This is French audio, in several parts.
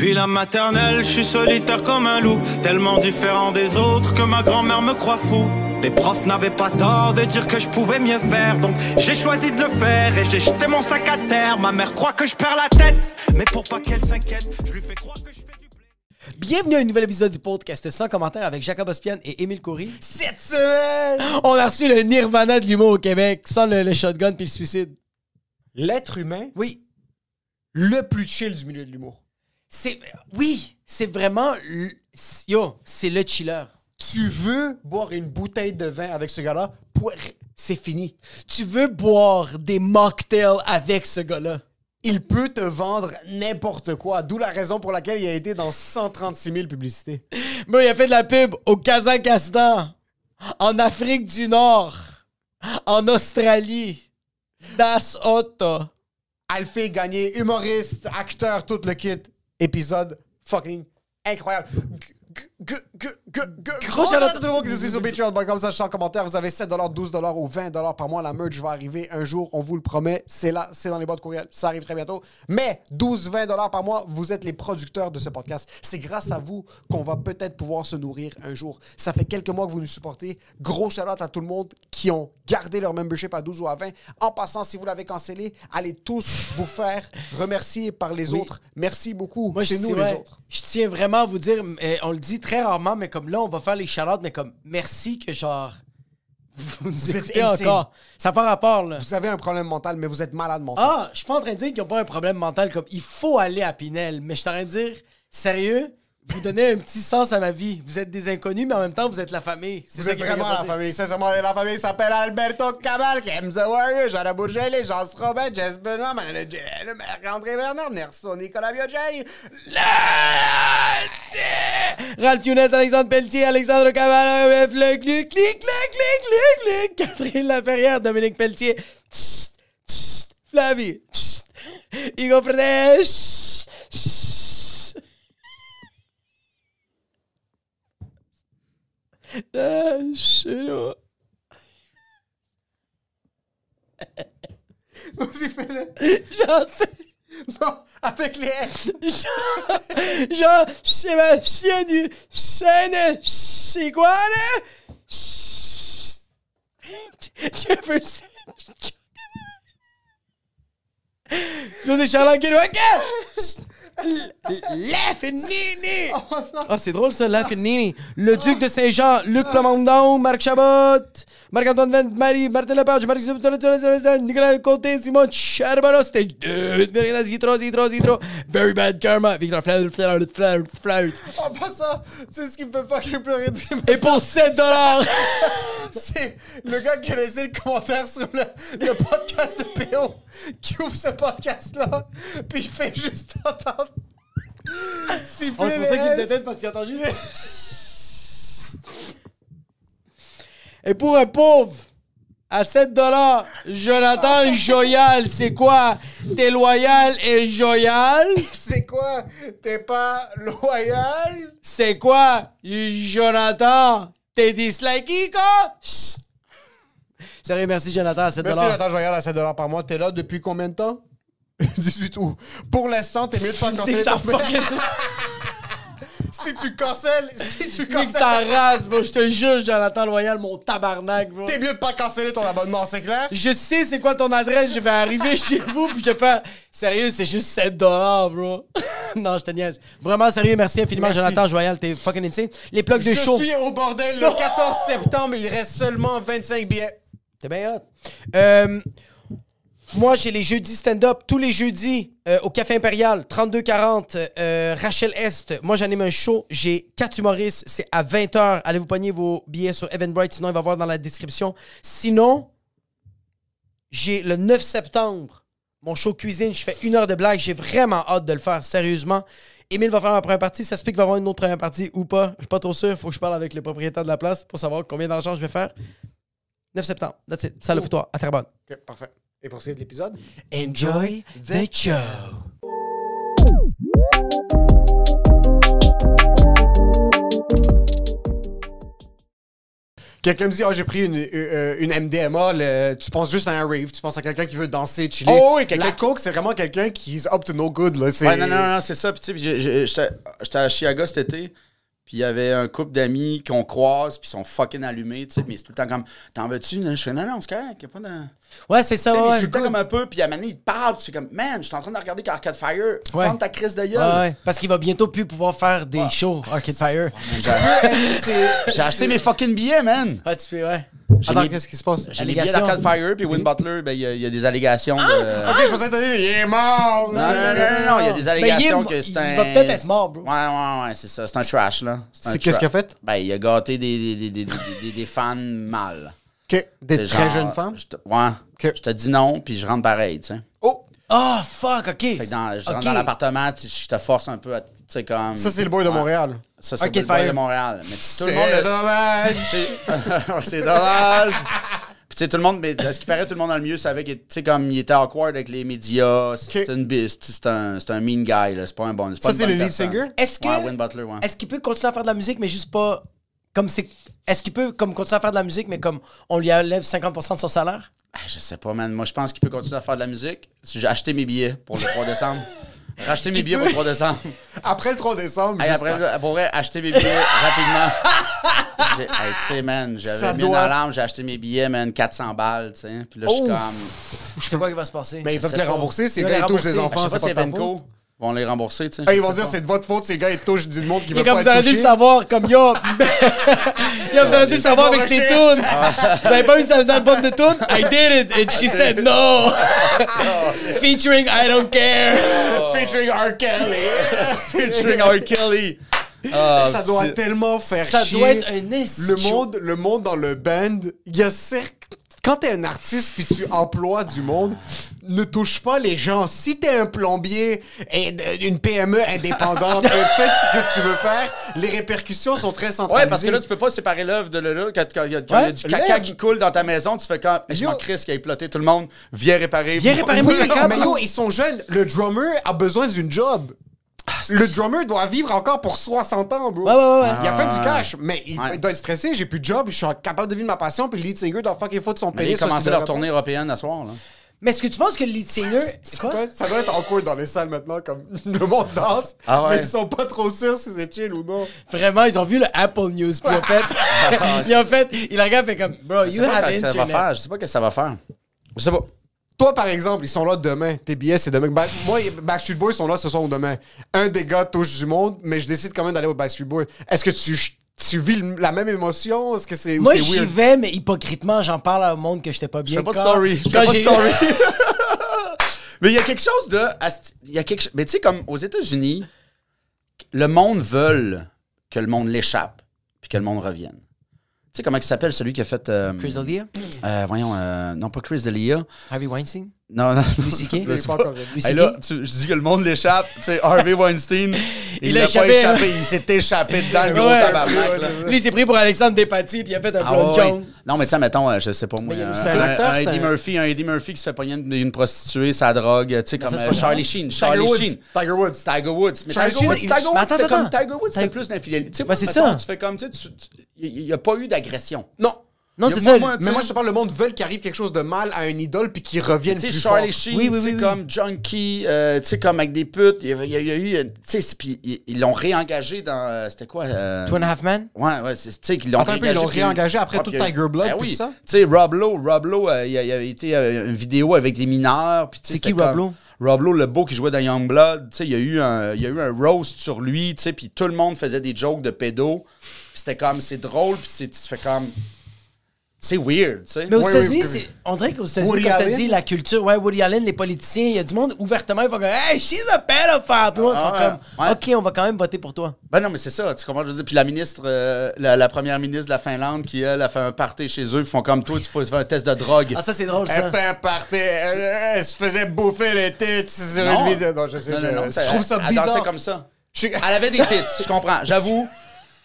Depuis la maternelle, je suis solitaire comme un loup, tellement différent des autres que ma grand-mère me croit fou. Les profs n'avaient pas tort de dire que je pouvais mieux faire, donc j'ai choisi de le faire et j'ai jeté mon sac à terre. Ma mère croit que je perds la tête, mais pour pas qu'elle s'inquiète, je lui fais croire que je fais du blé. Bienvenue à un nouvel épisode du podcast sans commentaire avec Jacob Ospian et Émile Coury. Cette semaine, On a reçu le nirvana de l'humour au Québec, sans le shotgun puis le suicide. l'être humain, Oui, le plus chill du milieu de l'humour. c'est vraiment... c'est le chiller. Tu veux boire une bouteille de vin avec ce gars-là, c'est fini. Tu veux boire des mocktails avec ce gars-là. Il peut te vendre n'importe quoi, d'où la raison pour laquelle il a été dans 136 000 publicités. Bro, il a fait de la pub au Kazakhstan, en Afrique du Nord, en Australie, Das Otto. Alphée gagné, humoriste, acteur, tout le kit. Épisode fucking incroyable. Gros shout-out à tout le monde qui nous suit sur Patreon.com, ça, je suis en commentaire. Vous avez 7$, 12$ ou 20$ par mois. La merch va arriver un jour, on vous le promet. C'est là, c'est dans les boîtes courriel. Ça arrive très bientôt. Mais 12-20$ par mois, vous êtes les producteurs de ce podcast. C'est grâce à vous qu'on va peut-être pouvoir se nourrir un jour. Ça fait quelques mois que vous nous supportez. Gros shout-out à tout le monde qui ont gardé leur membership à 12 ou à 20. En passant, si vous l'avez cancellé, allez tous vous faire remercier par les autres. Merci beaucoup. Moi, c'est nous les autres. Je tiens vraiment à vous dire, on le dit très rarement, mais comme là, on va faire les shout-outs, mais comme merci que genre, vous nous Vous êtes écoutez insane. encore. Ça n'a pas rapport, là. Vous avez un problème mental, mais vous êtes malade mental. Ah, je suis pas en train de dire qu'ils n'ont pas un problème mental, comme il faut aller à Pinel, mais je suis en train de dire, sérieux, vous donnez un petit sens à ma vie. Vous êtes des inconnus, mais en même temps, vous êtes la famille. C'est Vous ça êtes qui est vraiment important. la famille. Sincèrement, la famille s'appelle Alberto Cabal, Kim The Warrior, Jean Bourget, Jean Strobet, Jess Benoît, Manuel Gélène, Marc-André Bernard, Nerso, Nicolas Biogel. Ralph Younes, Alexandre Pelletier, Alexandre Caval, clic, Catherine Laferrière, Dominique Pelletier, Flavie, Hugo Fredet, chelou. Vas-y, fais-le. J'en sais. Non, avec les S. Genre, chez ma chienne du chêne, c'est quoi, là? Jefferson. José Charland Kérouac. La Finini. Ah, c'est drôle ça, La Finini. Le Duc de Saint-Jean, Luc Plamondon, Marc Chabot, Marc-Antoine Vente, Marie, Martin Lepage, Marc Nicolas Côté, Simon Charbonneau, c'était Zitro, Very Bad Karma, Victor Flaut. En passant, c'est ce qui me fait fucking pleurer depuis Et pour 7$. C'est le gars qui a laissé le commentaire sur le podcast de PO qui ouvre ce podcast-là, puis il fait juste entendre siffler Oh, c'est pour les ça qu'il me S. déteste parce qu'il entend juste. Et pour un pauvre, à 7$, Jonathan Joyal, c'est quoi? T'es loyal et joyal? C'est quoi? T'es pas loyal? C'est quoi? Jonathan, t'es disliké, quoi? Sérieux, merci Jonathan, à 7$. Merci Jonathan Joyal à 7$ par mois. T'es là depuis combien de temps? 18 août. Pour l'instant, t'es mieux de faire canceller ton Si tu cancelles, Nique ta race, bro, je te jure, Jonathan Loyal, mon tabarnak, bro. t'es mieux de pas canceller ton abonnement, c'est clair? Je sais c'est quoi ton adresse, je vais arriver chez vous puis je vais faire sérieux, c'est juste 7$, bro. Non, je te niaise. Vraiment sérieux, merci infiniment Merci. Jonathan Joyal, t'es fucking insane. Les plugs de show. Je suis au bordel le 14 septembre, il reste seulement 25 billets. T'es bien hot. Moi, j'ai les jeudis stand-up, tous les jeudis, au Café Impérial, 3240, Rachel Est. Moi, j'anime un show. J'ai 4 humoristes. C'est à 20h. Allez vous pogner vos billets sur Eventbrite. Sinon, il va y avoir dans la description. Sinon, j'ai le 9 septembre, mon show cuisine. Je fais 1 heure de blague. J'ai vraiment hâte de le faire, sérieusement. Émile va faire ma première partie. Ça se peut qu'il va y avoir une autre première partie ou pas. Je suis pas trop sûr. Faut que je parle avec le propriétaire de la place pour savoir combien d'argent je vais faire. 9 septembre. That's it. Salle le foutoir. À Terrebonne. Ok, parfait. Et pour ce de l'épisode, Enjoy the show. Quelqu'un me dit, j'ai pris une MDMA, tu penses juste à un rave, tu penses à quelqu'un qui veut danser, chiller. Oh, oui, quelqu'un la coke, c'est vraiment quelqu'un qui is up to no good. Là. Ouais, non, c'est ça. Puis, tu sais, j'étais à Chiaga cet été. Puis il y avait un couple d'amis qu'on croise, puis ils sont fucking allumés, tu sais, mais c'est tout le temps comme, t'en veux-tu? Je fais, non, c'est correct, y a pas de... Ouais, c'est ça, Tu sais, ouais. je suis tout le temps comme un peu, puis à un moment donné, il te parle, puis tu fais comme, man, je suis en train de regarder Arcade Fire, ferme ta crise de gueule. Ouais, parce qu'il va bientôt plus pouvoir faire des shows Arcade Fire. J'ai acheté mes fucking billets, man. Ah, tu peux, ouais. Attends, qu'est-ce qui se passe? J'ai les billets d'Arcade Fire, puis Win Butler, ben, il y a des allégations de... Ok, je pensais que t'as dit, il est mort! Non, il y a des allégations que c'est un... Il va peut-être être mort, bro. Ouais, c'est ça, c'est un trash, là. C'est qu'est-ce qu'il a fait? Ben, il a gâté des fans mal. Ok, des C'est très genre, jeunes femmes? Ouais. Ok. Je te dis non, puis je rentre pareil, tu sais. Oh! Oh, fuck, OK. Fait que je rentre dans l'appartement, je te force un peu à, tu sais, comme... Ça, c'est le boy de Montréal. Ça, c'est Arcade le boy Fire. de Montréal. Mais tout le C'est monde... dommage! C'est dommage! Puis tu sais, tout le monde, mais à ce qui paraît, tout le monde dans le milieu savait qu'il il était awkward avec les médias. C'était une biste. C'est un mean guy, là. C'est pas un bon... Ça, c'est le lead singer? Est-ce que... Ouais, Win Butler, ouais. Est-ce qu'il peut continuer à faire de la musique, mais juste pas... Comme c'est... Est-ce qu'il peut comme continuer à faire de la musique, mais comme on lui enlève 50% de son salaire? Je sais pas, man. Moi, je pense qu'il peut continuer à faire de la musique. J'ai acheté mes billets pour le 3 décembre. Racheter mes billets pour le 3 décembre. Après le 3 décembre, Hey, juste après, pour vrai, acheter mes billets rapidement. Tu sais, man, Ça j'avais mis une doit- alarme, j'ai acheté mes billets, man, 400 balles, tu sais. Puis là, je suis Ouf. comme... Je sais pas quoi qui va se passer. Mais ils peuvent sais les pas. rembourser, ces Ils gars, vont ils les touchent des rembourser. enfants, Je sais pas c'est si pas les de ta faute. Venco vont les rembourser, tu sais. Ils je vont sais dire pas. c'est de votre faute, ces gars, ils touchent du monde qui veut Et comme pas vous auriez être dû le touché. savoir, comme yo, vous auriez dû le savoir avec ses tunes. Vous avez pas vu sa album de tunes? I did it, and she said no. Featuring I don't care. Featuring R. Kelly. Featuring R. Kelly. Ça doit tellement faire Ça chier. doit être un esti. Le monde dans le band, il y a certes... Quand t'es un artiste puis tu emploies du monde, ne touche pas les gens. Si t'es un plombier et une PME indépendante, fais ce que tu veux faire, les répercussions sont très centralisées. Ouais, parce que là, tu peux pas séparer l'œuvre de l'œuvre. Quand il y a du caca l'œuvre. qui coule dans ta maison, tu fais quand. Mais je Yo. m'en crisse qui a ploté tout le monde. Viens réparer. Viens réparer mon Oui, caca, mais bro. yo, ils sont jeunes. Le drummer a besoin d'une job. Le drummer doit vivre encore pour 60 ans, bro. Ouais. Il a fait du cash, mais il Ouais. doit être stressé. J'ai plus de job, je suis capable de vivre ma passion, puis le lead singer doit fucking foutre son Mais pénis. ils commençaient leur tournée européenne à soir, là. Mais est-ce que tu penses que le lead singer... Quoi? Ça doit être awkward dans les salles maintenant, comme le monde danse, Ah ouais. mais ils sont pas trop sûrs si c'est chill ou non. Vraiment, ils ont vu le Apple News, puis en fait, il regarde et fait comme, bro, Je you sais pas have ce que ça va internet. faire. Je sais pas ce que ça va faire. Je sais pas. Toi, par exemple, ils sont là demain. Tes billets, c'est demain. Moi, Backstreet Boys sont là ce soir ou demain. Un des gars touche du monde, mais je décide quand même d'aller au Backstreet Boys. Est-ce que tu vis la même émotion? Est-ce que c'est Moi, ou c'est j'y weird? vais, mais hypocritement, j'en parle au monde que j'étais pas bien. Je fais pas de Quand- story. Je quand fais pas de j'ai- story. Mais il y a quelque chose de. Il y a quelque. Mais tu sais, comme aux États-Unis, le monde veut que le monde l'échappe puis que le monde revienne. Tu sais comment il s'appelle celui qui a fait. Chris D'Elia? Voyons, non pas Chris D'Elia. Harvey Weinstein? Non. Louis C.K.? Il est pas encore Louis Hey, C.K.? là, je dis que le monde l'échappe. Tu sais, Harvey Weinstein, il a l'a pas échappé, échappé. Il s'est échappé dedans, le gros Ouais, tabarnak. là. Lui, il s'est pris pour Alexandre Despatie, puis il a fait un Ah, blonde ouais, Jones. ouais. Non, mais tu sais, mettons, je sais pas moi. c'est un acteur, un c'est Eddie un- Murphy qui se fait pogner une prostituée, sa drogue. Tu sais, comme ça, c'est pas Charlie grave. Sheen. Tiger Charlie Woods. Sheen. Tiger Woods. Tiger Woods. Mais Charlie Tiger Woods, Sheen, Tiger Woods, Mais attends, c'était comme attends. Tiger Woods, c'était plus d'infidélité. Tu sais, Ben, c'est mettons, ça. Tu fais comme, tu sais, il n'y a pas eu d'agression. Non. Non, Il y a c'est ça. moi, Mais moi, je te parle, le monde veut qu'il arrive quelque chose de mal à un idole puis qu'il revienne Tu sais, plus Charlie fort. Sheen, Oui, oui, tu sais, oui, comme Junkie, tu sais, comme avec des putes. Il y a eu, tu sais, puis ils l'ont réengagé dans, c'était quoi? Two and a Half Men? Ouais, tu sais, qu'ils l'ont Attends un peu, ils l'ont puis- réengagé après tout puis il y a eu- Tiger Blood Ben puis oui. tout ça? Tu sais, Rob Lowe, il y avait été une vidéo avec des mineurs. Puis, tu sais, C'est qui, c'était Rob comme- Lowe? Rob Lowe, le beau qui jouait dans Youngblood. Tu sais, il y a eu un roast sur lui, tu sais, puis tout le monde faisait des jokes de pédo. Puis c'était comme, c'est drôle, puis tu fais comme... C'est weird, tu sais. Mais aux Oui, États-Unis, oui. on dirait qu'aux États-Unis, Woody comme t'as Allen? dit, la culture, ouais, Woody Allen, les politiciens, il y a du monde ouvertement, ils font comme, hey, she's a pedophile. Puis moi, ils sont ouais, comme, ouais. OK, on va quand même voter pour toi. Ben non, mais c'est ça, tu comprends, je veux dire. Puis la ministre, la première ministre de la Finlande, qui, elle, a fait un party chez eux, ils font comme toi, tu fais un test de drogue. Ah, ça, c'est drôle, Elle ça. fait un party, elle se faisait bouffer les têtes sur Non. une vidéo. Non, je sais, Non, je trouve ça elle dansait bizarre. comme ça. Je suis- Elle avait des tits, je comprends. J'avoue,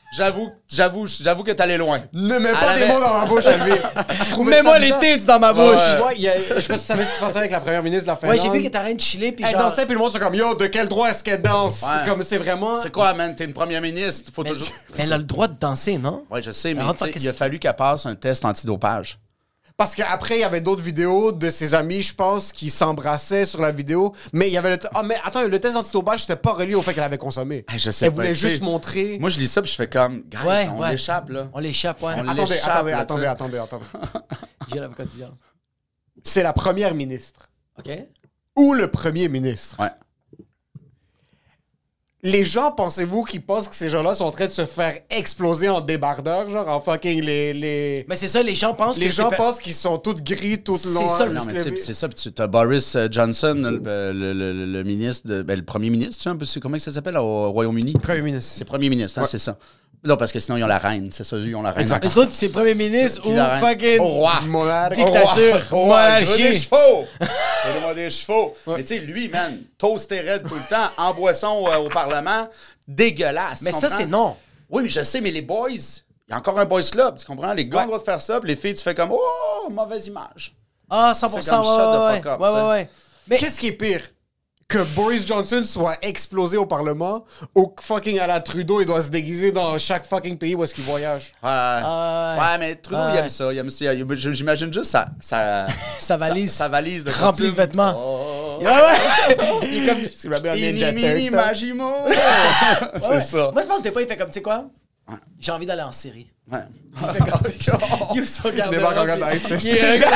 J'avoue que t'allais loin. Ne mets Elle pas des avait- mots dans ma bouche, Elvire. Je trouvais Mets-moi ça les bizarre. tits dans ma Ouais, bouche. tu vois, je sais pas si tu savais ce qui se passait avec la première ministre de la Ouais, Finlande. j'ai vu que t'as rien de chiller, puis Elle genre... dansait, puis le monde sont comme, yo, de quel droit est-ce qu'elle danse? Ouais. C'est comme, c'est vraiment... C'est quoi, man? T'es une première ministre. Faut toujours. Elle a le droit de danser, non? Ouais, je sais, mais Alors, tu sais, qu'est-ce il a fallu qu'elle passe un test antidopage. Parce qu'après, il y avait d'autres vidéos de ses amis, je pense, qui s'embrassaient sur la vidéo. Mais il y avait le... Ah, mais attends, le test antidopage, c'était pas relié au fait qu'elle avait consommé. Hey, je sais Elle pas, voulait tu sais, juste montrer... Moi, je lis ça, puis je fais comme, guys, Ouais, on ouais. l'échappe, là. On l'échappe, ouais. On Attendez, l'échappe, attendez, là, attendez, tu sais. attendez, attendez. J'ai l'avocat du diable. C'est la première ministre. OK? Ou le premier ministre. Ouais. Les gens, pensez-vous qu'ils pensent que ces gens-là sont en train de se faire exploser en débardeur, genre en fucking les... Mais c'est ça, les gens pensent Les que gens c'est pensent qu'ils sont tous gris, tout C'est long. ça, Non, mais tu sais, c'est ça. Puis tu as Boris Johnson, le ministre, le premier ministre, tu sais, un peu, c'est comment ça s'appelle au Royaume-Uni? Premier ministre. C'est premier ministre, hein, c'est ça. Non, parce que sinon, ils ont la reine. C'est ça, ils ont la reine. Exact. Eux autres, c'est premier ministre ou Puis la reine. fucking... Au roi. Monarque. Dictature. Au roi. Je veux Monarchie. des chevaux. Donnez-moi des chevaux. Mais tu sais, lui, man, toasté raide tout le temps, en boisson au Parlement, dégueulasse. Mais tu ça, comprends? c'est non. Oui, mais je sais, mais les boys, il y a encore un boys club, tu comprends? Les gars ont le droit de faire ça, puis les filles, tu fais comme, oh, mauvaise image. Ah, 100%, C'est comme ouais, shut the ouais, fuck up, ouais, tu sais. ouais, ouais. Mais Qu'est-ce qui est pire? Que Boris Johnson soit explosé au Parlement ou que fucking à la Trudeau, il doit se déguiser dans chaque fucking pays où est-ce qu'il voyage? Ouais, ouais. ouais, mais Trudeau, il aime ça. Il aime ça. J'imagine juste sa valise. Sa valise de Remplie de costume. vêtements. Oh. Ouais, ouais. Il est comme... C'est Rabbi Ninja Ini, mini, Turtle. magimo. C'est Ouais. ça. Moi, je pense que des fois, il fait comme, tu sais quoi? J'ai envie d'aller en Syrie. Ouais. Il fait comme, il ouvre son garde-robe, Débarque en gars puis- d'ISIS. il regarde.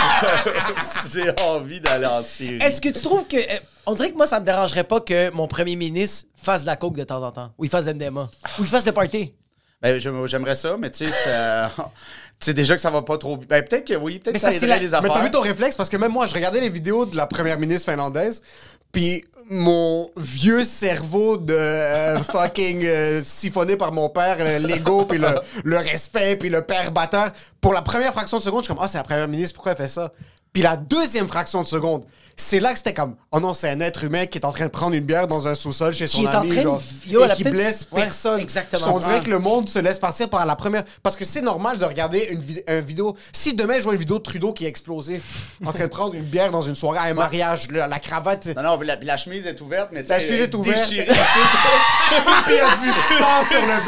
J'ai envie d'aller en Syrie. Est-ce que tu trouves que... on dirait que moi, ça me dérangerait pas que mon premier ministre fasse de la coke de temps en temps. Ou il fasse de l'MDMA. Ou il fasse le party. Ben, j'aimerais ça, mais tu sais, ça... tu sais déjà que ça va pas trop... Ben, peut-être que oui, peut-être Mais que ça ça, c'est aiderait la- les Mais affaires. t'as vu ton réflexe? Parce que même moi, je regardais les vidéos de la première ministre finlandaise, puis mon vieux cerveau de fucking siphonné par mon père, l'ego, puis le respect, puis le père batteur, pour la première fraction de seconde, je suis comme, ah, c'est la première ministre, pourquoi elle fait ça? Puis la deuxième fraction de seconde, c'est là que c'était comme, oh non, c'est un être humain qui est en train de prendre une bière dans un sous-sol chez son Qui est en ami, train de- genre, Yo, et elle a qui peut-être- blesse Ouais, personne. exactement. On dirait Ouais. que le monde se laisse passer par la première... Parce que c'est normal de regarder une vidéo... Si demain, je vois une vidéo de Trudeau qui est explosé, en train de prendre une bière dans une soirée à un mariage, la cravate... Non, non, puis la chemise est ouverte, mais tu sais... La chemise est ouverte. déchirée. Puis il y a du sang sur le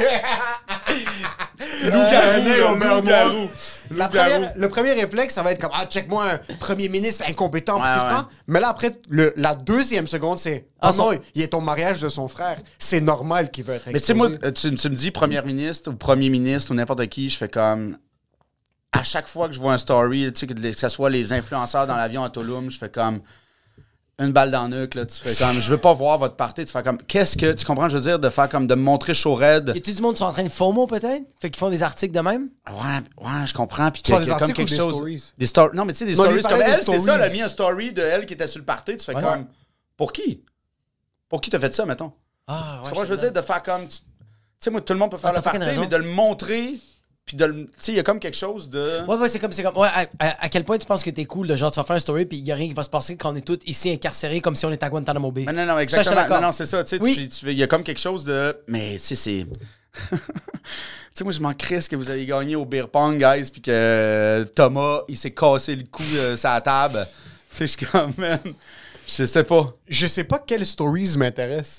blé. Loup-garou, au meurtre noir. Le premier réflexe, ça va être comme, ah, check-moi un premier ministre incompétent. Ouais, puis il se ouais. prend. Mais là, après, la deuxième seconde, c'est, Ah, oh non, il est au mariage de son frère. C'est normal qu'il veut être Mais tu sais, moi, explosé. tu me dis première ministre ou premier ministre ou n'importe qui, je fais comme... À chaque fois que je vois un story, tu sais, que ce soit les influenceurs dans l'avion à Tulum, je fais comme... Une balle dans le nuque, là, tu fais comme... Je veux pas voir votre party, tu fais comme... Qu'est-ce que... Tu comprends, je veux dire, de faire comme... De me montrer chaud raide. Y a-tu du monde qui sont en train de FOMO, peut-être? Fait qu'ils font des articles de même? Ouais, je comprends. Puis Tu parles qu'il des y a comme articles ou quelque des chose... stories? Des stories. Non, mais tu sais, des Non, lui, stories comme il parlait elle, des c'est ça, stories. elle a mis un story de elle qui était sur le party, tu fais Ouais. comme... Pour qui? Pour qui t'as fait ça, mettons? Ah, Tu comprends, je veux dire, de faire comme... Tu sais, moi, tout le monde peut faire Ah, le t'as fucking party, raison. mais de le montrer, puis de le... Tu sais, il y a comme quelque chose de... Ouais, ouais, c'est comme, ouais, à quel point tu penses que t'es cool, de genre, tu vas faire un story, puis il y a rien qui va se passer quand on est tous ici incarcérés comme si on était à Guantanamo Bay. Mais non, non, Ça, exactement. je suis d'accord. Non, c'est ça. Tu sais, Oui. il y a comme quelque chose de... Mais, tu sais, c'est... Tu sais, moi, je m'en crisse que vous avez gagné au beer pong, guys, puis que Thomas, il s'est cassé le cou sur la table. Tu sais, je suis comme, man... Je sais pas. Je sais pas quelles stories m'intéressent.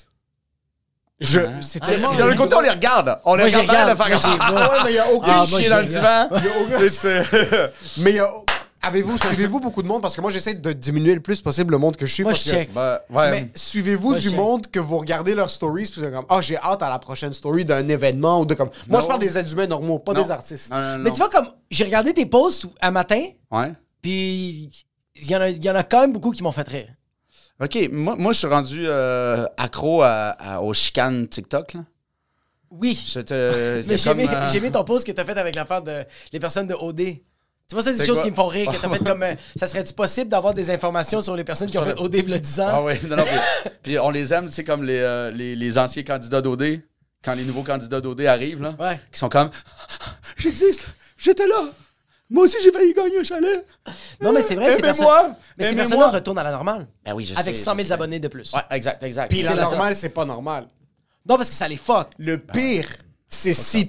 C'est Ah, tellement... c'est- D'un autre côté, on les regarde. On les Moi, je les regarde. regarde. Moi, je les vois. Ouais, mais il y a aucun Ah, moi, chier je dans les le divan. Il y a aucun- Tu sais, Mais suivez-vous beaucoup de monde? Parce que moi, j'essaie de diminuer le plus possible le monde que je suis. Moi, parce je que- check. Ben, ouais. Mais suivez-vous Moi, du je- monde que vous regardez leurs stories puis vous êtes comme, ah, j'ai hâte à la prochaine story d'un événement ou de comme. Moi, Non. je parle des êtres humains normaux, pas Non. des artistes. Non, non, Mais non. tu vois, comme, j'ai regardé tes posts à matin, Ouais. puis il y en a quand même beaucoup qui m'ont fait rire. OK, moi je suis rendu accro aux chicanes TikTok, là. Oui. Je te... Mais c'est comme, j'ai aimé ton post que t'as fait avec l'affaire de les personnes de OD. Tu vois, ça, c'est des C'est choses quoi? qui me font rire. Que t'as fait comme. Ça serait-tu possible d'avoir des informations sur les personnes qui ont fait OD il y a 10 ans? Ah oui, non, non. Puis on les aime, tu sais, comme les anciens candidats d'OD, quand les nouveaux candidats d'OD arrivent, là, Ouais. qui sont comme j'existe, j'étais là. Moi aussi, j'ai failli gagner un chalet. Non, mais c'est vrai, ces personnes. Aimez-moi. Mais ces Aimez-moi. personnes-là retournent à la normale. Ben oui, je Avec sais, 100 000 je sais. abonnés de plus. Ouais, exact. Puis C'est la la normale, c'est pas normal. Non, parce que ça les fuck. Le pire, C'est si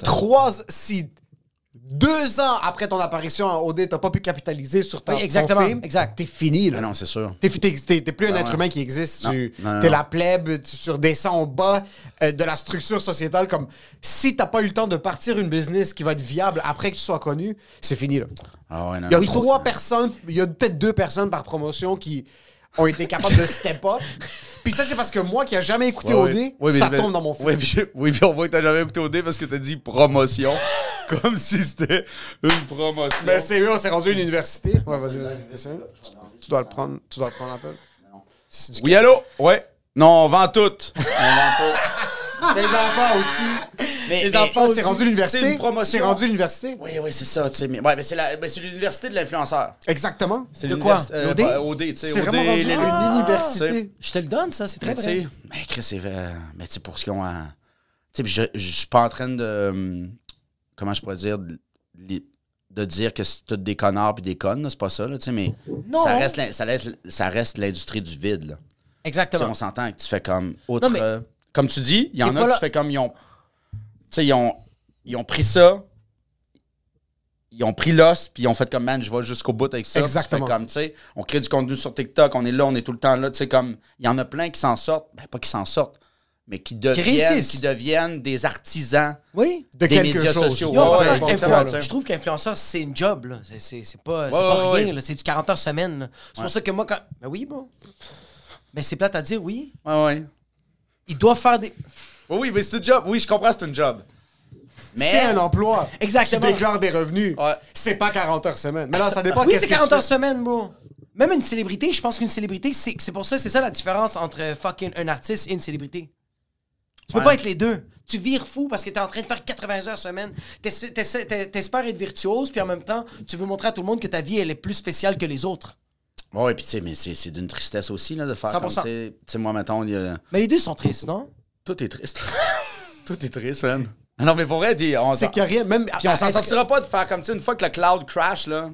2 ans après ton apparition en OD, t'as pas pu capitaliser sur ton film, exact. T'es fini, là. Ah non, c'est sûr. T'es plus un être humain qui existe. Non. T'es la plèbe, tu redescends au bas de la structure sociétale. Comme si t'as pas eu le temps de partir une business qui va être viable après que tu sois connu, c'est fini, là. Ah ouais, non, Il y a non, 3 personnes, il y a peut-être 2 personnes par promotion qui ont été capables de step up. Puis ça, c'est parce que moi qui a jamais écouté OD, ça tombe dans mon film. Oui, puis on voit que t'as jamais écouté OD parce que t'as dit promotion. Comme si c'était une promotion. Ben, c'est eux, on s'est rendu à une université. Ouais, vas-y. Tu dois le prendre un peu. Oui, allô? Ouais. Non, on vend tout. Les enfants aussi. Les enfants, c'est rendu l'université. C'est une promotion. C'est rendu l'université. Oui, c'est ça. Mais c'est l'université de l'influenceur. Exactement. C'est de quoi? OD, tu sais. C'est vraiment rendu une université. Je te le donne, ça, c'est très vrai. Mais Chris, c'est vrai. Mais tu sais, pour ce qu'ils ont à... Tu sais, je suis pas en train de... comment je pourrais dire... de dire que c'est tous des connards puis des connes, là, c'est pas ça, là, tu sais, mais non. ça reste l'industrie du vide, là. Exactement. T'sais, on s'entend que tu fais comme autre... Non, mais... comme tu dis, il y en a qui tu fais comme... Ils ont pris ça, ils ont pris l'os, puis ils ont fait comme, man, je vais jusqu'au bout avec ça. Exactement. Tu fais comme, tu sais, on crée du contenu sur TikTok, on est là, on est tout le temps là, tu sais, comme... Il y en a plein qui s'en sortent, ben pas qui s'en sortent, mais qui deviennent des artisans de des médias sociaux. Je trouve qu'influenceur, c'est une job. Là. C'est pas rien. Là. C'est du 40 heures semaine. Là. C'est pour ça que moi, quand... Ben oui, bon. Mais c'est plate à dire, oui. Ouais. Il doit faire des... Oui, mais c'est un job. Oui, je comprends, c'est un job. Mais c'est un emploi. Exactement. Tu déclares des revenus. Ouais. C'est pas 40 heures semaine. Mais là, ça dépend. Oui, c'est 40 heures semaine, bro. Même une célébrité, je pense qu'une célébrité, c'est pour ça, c'est ça la différence entre fucking un artiste et une célébrité. Tu peux pas être les deux. Tu vires fou parce que t'es en train de faire 80 heures semaine. T'espères être virtuose, puis en même temps, tu veux montrer à tout le monde que ta vie, elle est plus spéciale que les autres. Ouais, puis tu sais, mais c'est d'une tristesse aussi, là, de faire 100%. Comme, tu sais, moi, mettons, il y a... Mais les deux sont tristes, non? Tout est triste. Tout est triste, man. Non, mais pour vrai, c'est qu'il y a rien, même... Puis on s'en sortira pas de faire comme, tu sais, une fois que le cloud crash, là...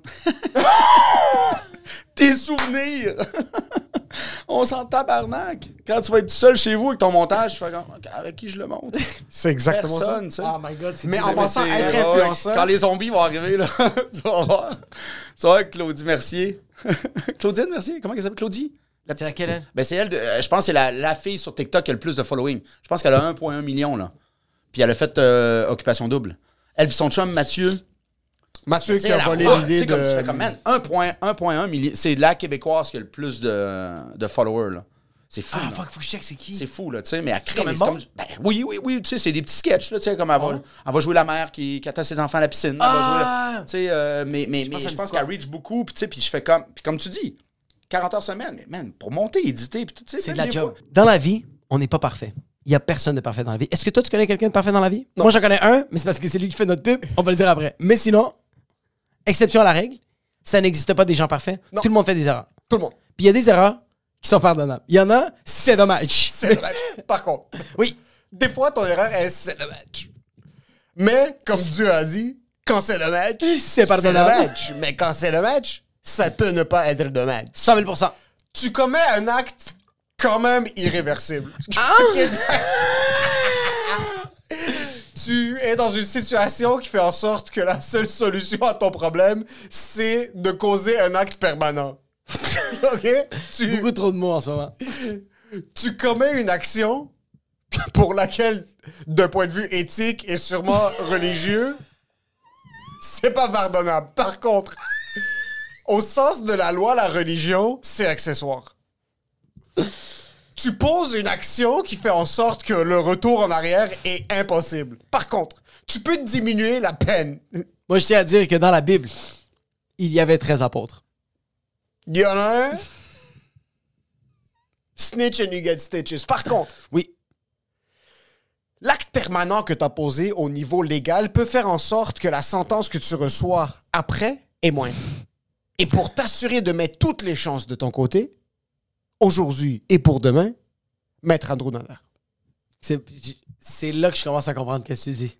Tes souvenirs! On s'en tabarnak. Quand tu vas être tout seul chez vous avec ton montage, tu fais comme, avec qui je le monte? C'est exactement personne, ça. Oh my God, mais en passant, être influenceur... Quand les zombies vont arriver, là, tu vas voir. Tu vas voir Claudie Mercier. Claudine Mercier? Comment elle s'appelle? Claudie? C'est laquelle, elle? Ben, c'est elle, je pense que c'est la fille sur TikTok qui a le plus de following. Je pense qu'elle a 1,1 million, là. Puis elle a fait Occupation Double. Elle puis son chum, Mathieu qui a volé l'idée de... Comme tu fais comme, man, 1,1 million. C'est la Québécoise qui a le plus de followers, là. C'est fou. Ah, faut que je check c'est qui. C'est fou, là, tu sais, mais c'est quand même bon? Ben, oui, tu sais, c'est des petits sketchs, là, tu sais, comme elle va jouer la mère qui attend ses enfants à la piscine. Elle va jouer, tu sais, mais je pense qu'elle reach beaucoup, puis tu sais, puis je fais comme... Puis comme tu dis, 40 heures semaine, mais man, pour monter, éditer, puis tout, tu sais... C'est de la job. Dans la vie, on n'est pas parfait. Il n'y a personne de parfait dans la vie. Est-ce que toi, tu connais quelqu'un de parfait dans la vie? Non. Moi, j'en connais un, mais c'est parce que c'est lui qui fait notre pub. On va le dire après. Mais sinon, exception à la règle, ça n'existe pas des gens parfaits. Non. Tout le monde fait des erreurs. Tout le monde. Puis il y a des erreurs qui sont pardonnables. Il y en a, c'est dommage. C'est dommage. Par contre, oui. Des fois, ton erreur est c'est dommage. Mais, comme Dieu a dit, quand c'est dommage, c'est pardonnable. C'est dommage. Mais quand c'est dommage, ça peut ne pas être dommage. 100 000%. Tu commets un acte quand même irréversible. Tu es dans une situation qui fait en sorte que la seule solution à ton problème, c'est de causer un acte permanent. OK? Beaucoup trop de mots en ce moment. Tu commets une action pour laquelle, d'un point de vue éthique et sûrement religieux, c'est pas pardonnable. Par contre, au sens de la loi, la religion, c'est accessoire. Tu poses une action qui fait en sorte que le retour en arrière est impossible. Par contre, tu peux diminuer la peine. Moi, je tiens à dire que dans la Bible, il y avait 13 apôtres. Il y en a un. Snitch and you get stitches. Par contre, oui. L'acte permanent que tu as posé au niveau légal peut faire en sorte que la sentence que tu reçois après est moindre. Et pour t'assurer de mettre toutes les chances de ton côté, aujourd'hui et pour demain, Maître Andrew Nader. C'est là que je commence à comprendre ce que tu dis.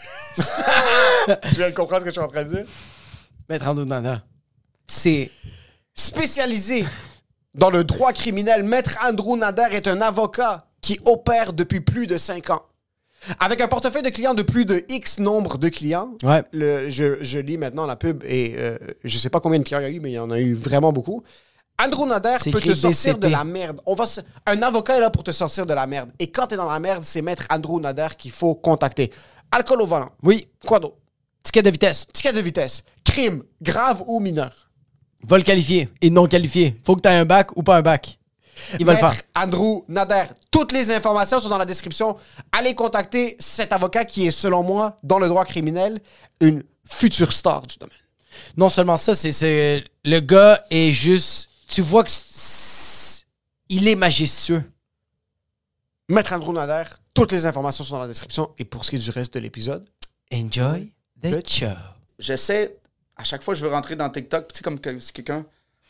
Tu viens de comprendre ce que je suis en train de dire? Maître Andrew Nader. C'est... Spécialisé dans le droit criminel, Maître Andrew Nader est un avocat qui opère depuis plus de 5 ans. Avec un portefeuille de clients de plus de X nombre de clients, Ouais. je lis maintenant la pub et je sais pas combien de clients il y a eu, mais il y en a eu vraiment beaucoup. Andrew Nader C'est peut écrit te sortir BCP. de la merde. Un avocat est là pour te sortir de la merde. Et quand t'es dans la merde, c'est maître Andrew Nader qu'il faut contacter. Alcool au volant. Oui. Quoi d'autre? Ticket de vitesse. Ticket de vitesse. Crime, grave ou mineur. Vol qualifié et non qualifié. Faut que tu aies un bac ou pas un bac. Il va le Maître faire. Andrew Nader. Toutes les informations sont dans la description. Allez contacter cet avocat qui est, selon moi, dans le droit criminel, une future star du domaine. Non seulement ça, c'est le gars est juste... Tu vois que il est majestueux. Maître Andrew Nader, toutes les informations sont dans la description. Et pour ce qui est du reste de l'épisode, Enjoy the show. J'essaie, à chaque fois que je veux rentrer dans TikTok, tu sais, comme si quelqu'un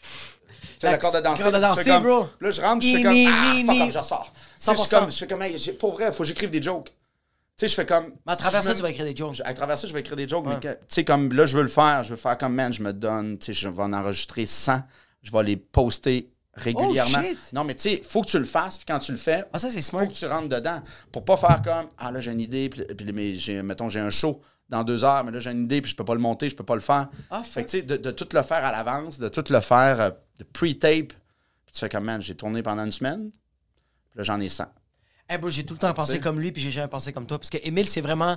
fait La la corde à danser. corde à je fais danser, comme- bro. Là, je rentre, je fais Ini, comme, ah, ini. fuck off, je ressors. Tu sais, 100%. je fais comme, hey, pour vrai, faut que j'écrive des jokes. Tu sais, je fais comme... Mais à travers si ça, je tu vas écrire des jokes. À travers ça, je vais écrire des jokes, Ouais. mais tu sais, comme là, je veux faire comme, man, je me donne, tu sais, je vais en enregistrer 100, je vais les poster régulièrement. Oh, shit. Non, mais tu sais, faut que tu le fasses, puis quand tu le fais, Ah, ça, c'est faut smart. que tu rentres dedans pour pas faire comme, ah là, j'ai une idée, puis mais mettons, j'ai un show dans 2 heures, mais là, j'ai une idée, puis je peux pas le monter, je peux pas le faire. Ah, fait que tu sais, de tout le faire à l'avance, de tout le faire de pre-tape, puis tu fais comme, man, j'ai tourné pendant une semaine, puis là, j'en ai 100. Hey bro, j'ai tout le temps pensé T'sais. comme lui, puis j'ai jamais pensé comme toi. Parce que Émile, c'est vraiment.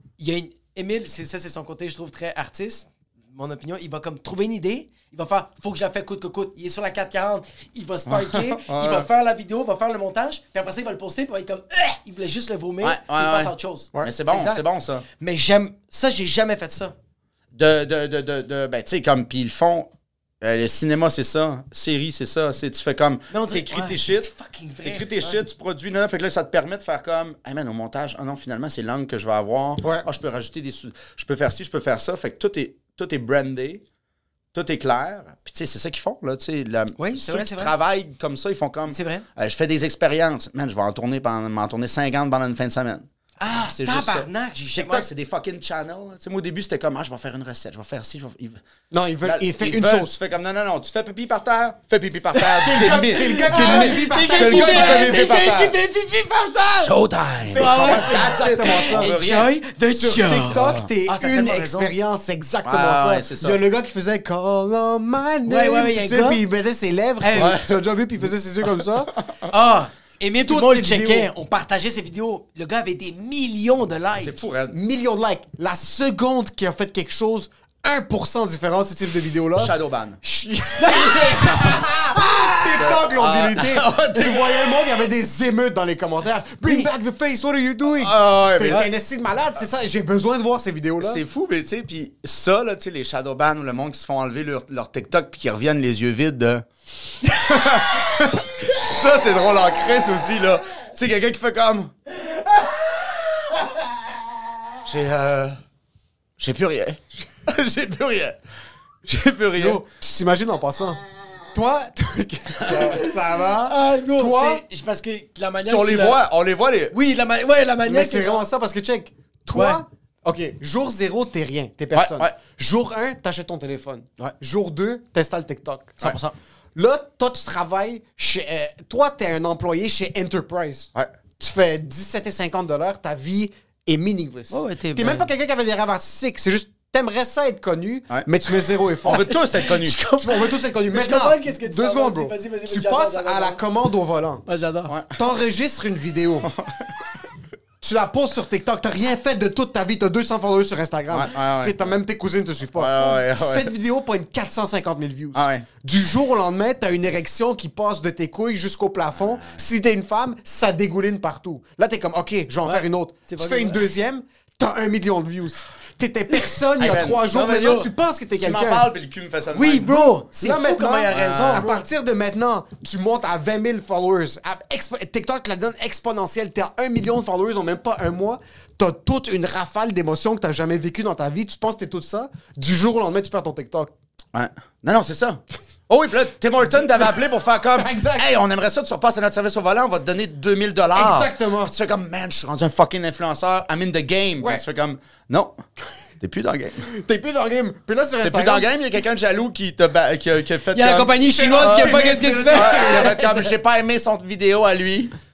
Émile, c'est son côté, je trouve, très artiste. Mon opinion, il va comme trouver une idée, il va faire, faut que je la fasse coûte que coûte. Il est sur la 440, il va sparker, il va faire la vidéo, il va faire le montage, puis après ça, il va le poster, puis il va être comme, il voulait juste le vomir, puis il passe à autre chose. Mais c'est bon, exact. c'est bon, ça. Mais j'aime, ça, j'ai jamais fait ça. Ben, tu sais, comme, puis ils le font. Le cinéma, c'est ça. Série, c'est ça. Tu fais comme. Mais on dirait- T'écris ouais, tes c'est shit. fucking vrai. T'écris tes Ouais. shit, tu produis là. Fait que là, ça te permet de faire comme. Hey man, au montage, ah non, finalement, c'est l'angle que je vais avoir. Ouais. Ah, je peux rajouter des. Je peux faire ci, je peux faire ça. Fait que tout est brandé. Tout est clair. Puis, tu sais, c'est ça qu'ils font, là. Tu sais, Oui, c'est ceux vrai, qui c'est vrai. travaillent comme ça, ils font comme. C'est vrai. Je fais des expériences. Man, je vais m'en tourner 50 pendant une fin de semaine. Ah, C'est juste ça. tabarnak, j'ai jamais. TikTok, c'est des fucking channels. Tu sais, moi, au début, c'était comme, je vais faire une recette, je vais faire ci, non, il fait ils une veulent, chose. Tu fais comme, non, tu fais pipi par terre, fais pipi par terre. T'es le gars qui fait pipi par terre. T'es le gars qui fait pipi par terre. fait pipi par terre! Showtime! C'est exactement ça. On veut rien. Enjoy the Sur show! TikTok, t'es Ah, t'as une tellement raison. expérience, c'est exactement Ah, ça. ouais, c'est ça. Il y a le gars qui faisait Call on my name. Ouais, il y a un tu sais, gars. puis il mettait ses lèvres. Hey. Ouais. Tu l'as déjà vu, puis il faisait ses yeux comme ça. Ah! Émile, tout le Toutes monde ces le checkait. vidéos. On partageait ses vidéos. Le gars avait des millions de likes. C'est fou, Red. Millions de likes. La seconde qui a fait quelque chose 1% différent de ce type de vidéo-là. Shadowban. TikTok l'ont délité. ouais, Tu voyais le monde, il y avait des émeutes dans les commentaires. Bring Oui. back the face, what are you doing? Ah ouais, T'es mais- un esti de malade, c'est ça. J'ai besoin de voir ces vidéos-là. C'est fou, mais tu sais, puis ça, là, tu sais, les Shadowban ou le monde qui se font enlever leur TikTok puis qui reviennent les yeux vides de. Ça, c'est drôle en crisse aussi, là. Tu sais, quelqu'un qui fait comme. J'ai plus rien. J'ai plus rien. J'ai plus rien. Yo, tu t'imagines en passant? Toi, ça va? Ah, gros, Toi, c'est parce que la manière Si on que tu les l'as- voit, on les voit les. Oui, la manière mais que c'est vraiment ça parce que check. Toi, OK, jour 0, t'es rien, t'es personne. Ouais. Jour 1, t'achètes ton téléphone. Ouais. Jour 2, t'installes TikTok. 100%. Là, toi, tu travailles chez. Toi, t'es un employé chez Enterprise. Ouais. Tu fais 17,50 $, ta vie est meaningless. Ouais, t'es même pas quelqu'un qui avait des rêves artistiques, c'est juste. T'aimerais ça être connu, Ouais. mais tu mets zéro effort. On veut tous être connus. On veut tous être connus. Mais je Maintenant, comprends qu'est-ce que tu 2 vas secondes, dire. bro. Vas-y, Tu j'adore, passes j'adore. à la commande au volant. Moi, j'adore. Ouais. T'enregistres une vidéo. Tu la poses sur TikTok. T'as rien fait de toute ta vie. T'as 200 followers sur Instagram. Ouais. Puis t'as même tes cousines te suivent pas. Ouais. Cette vidéo pointe 450 000 views. Ah ouais. Du jour au lendemain, t'as une érection qui passe de tes couilles jusqu'au plafond. Si t'es une femme, ça dégouline partout. Là, t'es comme, OK, je vais en faire une autre. C'est Tu pas fais une grave. deuxième, t'as 1 million de views. T'étais personne il y a Hey, man. 3 jours, Non, mais mais là, yo, tu penses que t'es Tu m'en quelqu'un. parles, puis le cul me fait ça de Oui, même. bro! C'est Là, fou maintenant, comment il a raison, à bro. partir de maintenant, tu montes à 20 000 followers. TikTok te la donne exponentielle. T'es à 1 million de followers en même pas un mois. T'as toute une rafale d'émotions que t'as jamais vécues dans ta vie. Tu penses que t'es tout ça. Du jour au lendemain, tu perds ton TikTok. Ouais. Non, c'est ça. Oh oui, puis là, Tim Horton t'avait appelé pour faire comme. Exact. Hey, on aimerait ça, tu repasses à notre service au volant, on va te donner 2000 $. Exactement. Puis tu fais comme, man, je suis rendu un fucking influenceur, I'm in the game. Ouais. Puis tu fais comme, non, t'es plus dans le game. T'es plus dans le game. Puis là, sur T'es plus Instagram... dans le game, il y a quelqu'un de jaloux qui a fait. Il y a la compagnie chinoise qui aime pas qu'est-ce que tu fais. Il a fait comme, j'ai pas aimé son vidéo à lui.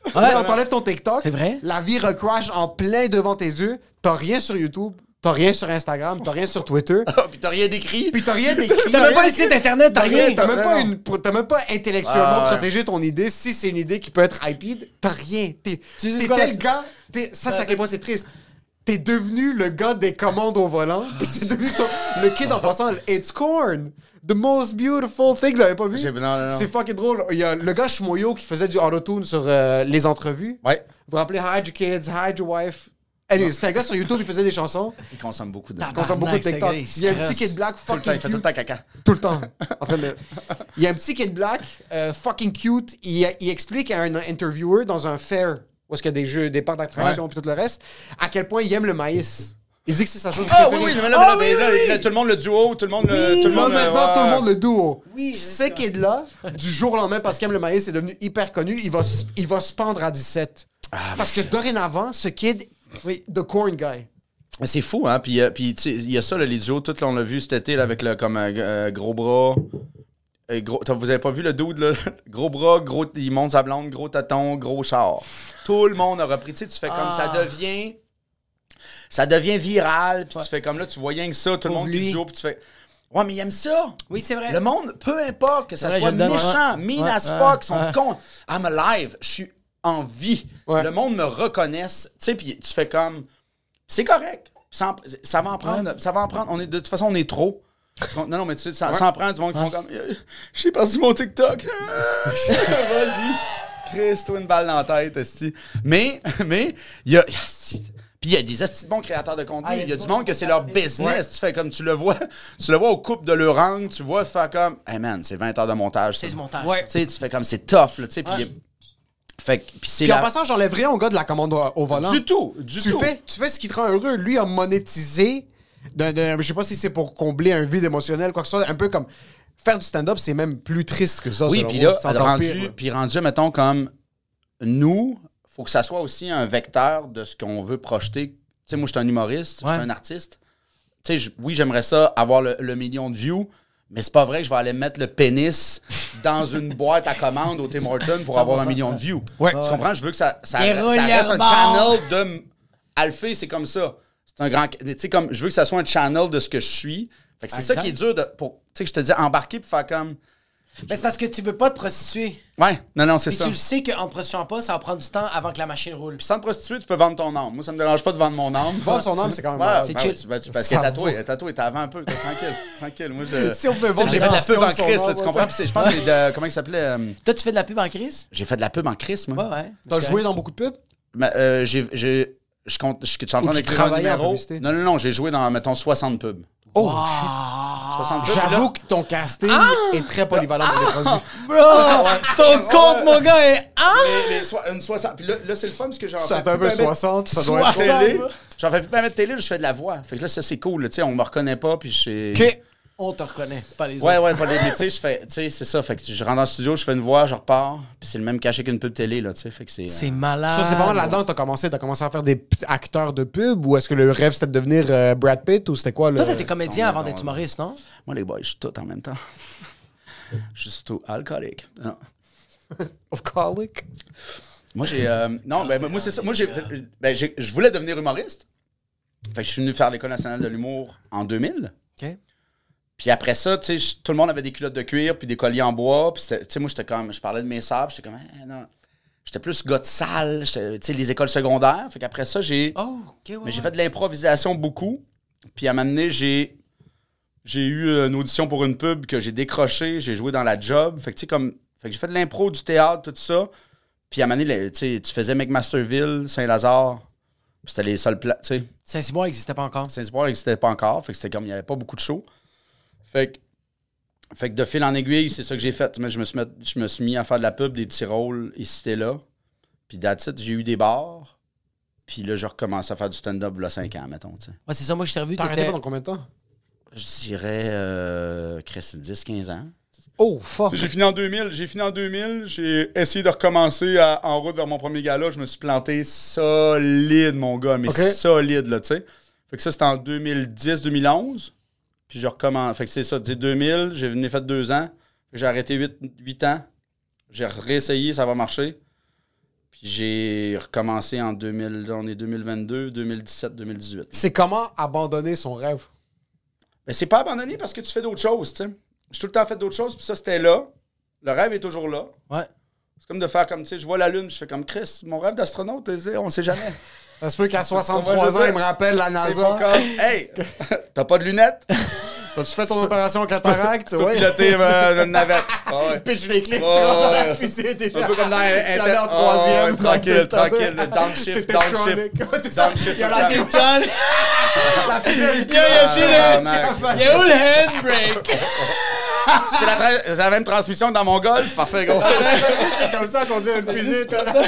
Ouais. On t'enlève ton TikTok. C'est vrai? La vie recrash en plein devant tes yeux. T'as rien sur YouTube. T'as rien sur Instagram. T'as rien sur Twitter. Puis t'as rien d'écrit. Puis t'as rien d'écrit. T'as même pas un site internet, t'as rien. T'as même pas intellectuellement Ah, ouais. protégé ton idée. Si c'est une idée qui peut être hyped, t'as rien. T'es sais quoi, tel la- gars. Ça, c'est à quel point c'est triste. T'es devenu le gars des commandes au volant. Puis c'est devenu le kid en passant. It's corn. The most beautiful thing. Vous l'avez pas vu? Non. C'est fucking drôle. Il y a le gars Shmoyo qui faisait du auto-tune sur les entrevues. Ouais. Vous vous rappelez Hide Your Kids, Hide Your Wife. Anyway, c'était un gars sur YouTube, il faisait des chansons. Il consomme beaucoup de... Tabarnak. Il consomme beaucoup de ce TikTok. gars, il se Il y a un crosse. petit kid black Tout le temps, fucking il fait tout le cute. temps caca. Tout le temps. En train de... Il y a un petit kid black fucking cute. Il explique à un interviewer dans un fair, où est-ce qu'il y a des jeux, des parcs d'attraction et tout le reste, à quel point il aime le maïs. Il dit que c'est sa chose Ah préférée. oui, mais là, tout le monde le duo, tout le monde le... Tout le Là, monde maintenant, ouais. tout le monde le duo. Oui, Ce kid-là, du jour au lendemain, parce qu'il aime le maïs, est devenu hyper connu. Il va se pendre à 17. Parce que dorénavant, ce kid, the corn guy. C'est fou, hein? Puis tu sais, il y a ça, là, les duos, tout, là, on l'a vu cet été, là, avec le comme gros bras. Vous avez pas vu le dude, là? Gros bras, gros, il monte sa blonde, gros tâton, gros char. Tout le monde a repris. Tu sais, tu fais comme ça devient. Ça devient viral, puis tu fais comme là, tu vois rien que ça, tout le Pauvre monde qui lui. duo, puis tu fais. Ouais, mais il aime ça. Oui, c'est vrai. Le monde, peu importe que ça Ouais, soit je le donne, méchant, ouais. mean Ouais, as ouais, fuck, sont ouais. cons. I'm alive, je suis en vie. Ouais. Le monde me reconnaisse. Tu sais, puis tu fais comme. C'est correct. Ça va en prendre. Ça va en prendre. De toute façon, on est trop. Non, mais tu sais, ça en prend du monde qui font comme. Je suis parti mon TikTok. Vas-y. Chris, toi, une balle dans la tête, esti. Mais, il y a. Puis il y a des esti de bons créateurs de contenu. Il y a du monde que c'est leur business. Tu fais comme tu le vois au couple de leur rang, tu vois faire comme hey man, c'est 20 heures de montage. C'est du montage. Ouais. Tu sais, tu fais comme c'est tough là, tu sais, puis puis c'est Puis en la... passant, j'enlève rien au gars de la commande au volant. du tout. Tu fais ce qui te rend heureux. Lui a monétisé. Je sais pas si c'est pour combler un vide émotionnel, quoi que ce soit. Un peu comme faire du stand-up, c'est même plus triste que ça. Oui, selon puis moi. là, C'est encore pire. rendu, mettons, comme nous, faut que ça soit aussi un vecteur de ce qu'on veut projeter. Tu sais, moi, je suis un humoriste, je suis un artiste. Tu sais, oui, j'aimerais ça avoir le million de views, mais c'est pas vrai que je vais aller mettre le pénis dans une boîte à commande au Tim Hortons pour avoir 1 million de views. Ouais. Tu comprends? Je veux que ça Et roule reste un le bord. channel de... Alphée, c'est comme ça. C'est un grand... Tu sais, comme, je veux que ça soit un channel de ce que je suis. Fait que c'est ça qui est dur de... Tu sais, que je te dis, embarquer pour faire comme... Mais c'est parce que tu veux pas te prostituer. Ouais, non, c'est Et ça. tu le sais qu'en te prostituant pas, ça va prendre du temps avant que la machine roule. Puis sans te prostituer, tu peux vendre ton âme. Moi, ça me dérange pas de vendre mon âme. Vendre son âme, c'est quand même. Ouais, c'est ben chill. oui, parce Ça qu'elle est tatouée, t'es avant un peu, t'es tranquille. Moi, Si on pouvait vendre j'ai des fait de la pub versions en de son crise, là, âme, tu comprends? Puis je pense que c'est de... Comment il s'appelait? Toi, tu fais de la pub en crise? J'ai fait de la pub en crise, moi. Ouais. T'as joué dans beaucoup de pubs? Mais, je suis en train tu d'écrire un travaillais en numéro. publicité? Non, j'ai joué dans, mettons, 60 pubs. Oh, 60 pubs. j'avoue que ton casting est très polyvalent pour les produits. Bro! Ton compte, mon gars, est... Une 60. Puis là, c'est le fun parce que j'en Ça fais fait un peu plus ben 60, ça doit être... 60. télé. J'en fais plus pas mettre télé, je fais de la voix. Fait que là, ça, c'est cool. Tu sais, on me reconnaît pas, puis je OK. On te reconnaît, pas les autres. Ouais, pas les mais tu sais, c'est ça. Fait que je rentre dans le studio, je fais une voix, je repars, puis c'est le même cachet qu'une pub télé, là, tu sais. Fait que c'est. C'est malade. Ça, c'est vraiment là-dedans que t'as commencé à faire des acteurs de pub ou est-ce que le rêve c'était de devenir Brad Pitt ou c'était quoi le... Toi, t'étais comédien avant d'être humoriste, non? Moi, les boys, je suis tout en même temps. Je suis surtout alcoolique. Non. Alcoolic? Moi, j'ai. Non, ben, moi, c'est ça. Moi, je voulais devenir humoriste. Fait que je suis venu faire l'École nationale de l'humour en 2000. OK. Puis après ça, tu sais, tout le monde avait des culottes de cuir puis des colliers en bois. Puis, tu sais, moi, j'étais comme... Je parlais de mes sables, j'étais comme... non. J'étais plus gars de salle, tu sais, les écoles secondaires. Fait qu'après ça, j'ai... Oh, OK, ouais. Mais j'ai fait de l'improvisation beaucoup. Puis à un moment donné, j'ai eu une audition pour une pub que j'ai décroché. J'ai joué dans la job. Fait que tu sais, comme... Fait que j'ai fait de l'impro, du théâtre, tout ça. Puis à un moment donné, tu sais, tu faisais McMasterville, Saint-Lazare. Puis c'était les seuls plats, tu sais. Saint-Cyboire n'existait pas encore. Saint-Cyboire n'existait pas encore. Fait que c'était comme, il n'y avait pas beaucoup de shows. Fait que de fil en aiguille, c'est ça que j'ai fait. Je me suis mis à faire de la pub, des petits rôles ici et là. Puis that's it, j'ai eu des bars. Puis là, je recommence à faire du stand-up il y a 5 ans, mettons. T'sais. Ouais, c'est ça, moi, je t'ai revu. T'as arrêté T'étais... pendant combien de temps? Je dirais, Chris, 10-15 ans. Oh, fuck! J'ai fini en 2000. J'ai essayé de recommencer en route vers mon premier gala. Je me suis planté solide, mon gars. Mais solide, là, tu sais. Fait que ça, c'était en 2010-2011. Puis je recommence. Fait que c'est ça, 2000, j'ai venu fait 2 ans. J'ai arrêté 8 ans. J'ai réessayé, ça va marcher. Puis j'ai recommencé en 2022, 2017, 2018. C'est comment abandonner son rêve? Mais c'est pas abandonné parce que tu fais d'autres choses, tu sais. J'ai tout le temps fait d'autres choses, puis ça, c'était là. Le rêve est toujours là. Ouais. C'est comme de faire comme, tu sais, je vois la Lune, je fais comme Chris, mon rêve d'astronaute, on sait jamais. Ça se peut qu'à 63 ans, il me rappelle la C'est NASA. pas comme, hey, t'as pas de lunettes? T'as-tu fait ton opération cataracte? Tu peux piloter une navette. Ah ouais. Pitch les clés, tu Ouais, rentres dans ouais. la fusée déjà. Un peu comme dans Tu la mets en troisième. dans tranquille, Toy Story. tranquille, downshift, C'était downshift. Tronic. Ouais, c'est ça. Downshift, Il y a tout la le temps. John, La fusée. il y a où le handbrake? C'est la même transmission que dans mon golf. Parfait, gros. C'est comme ça qu'on dit une fusée.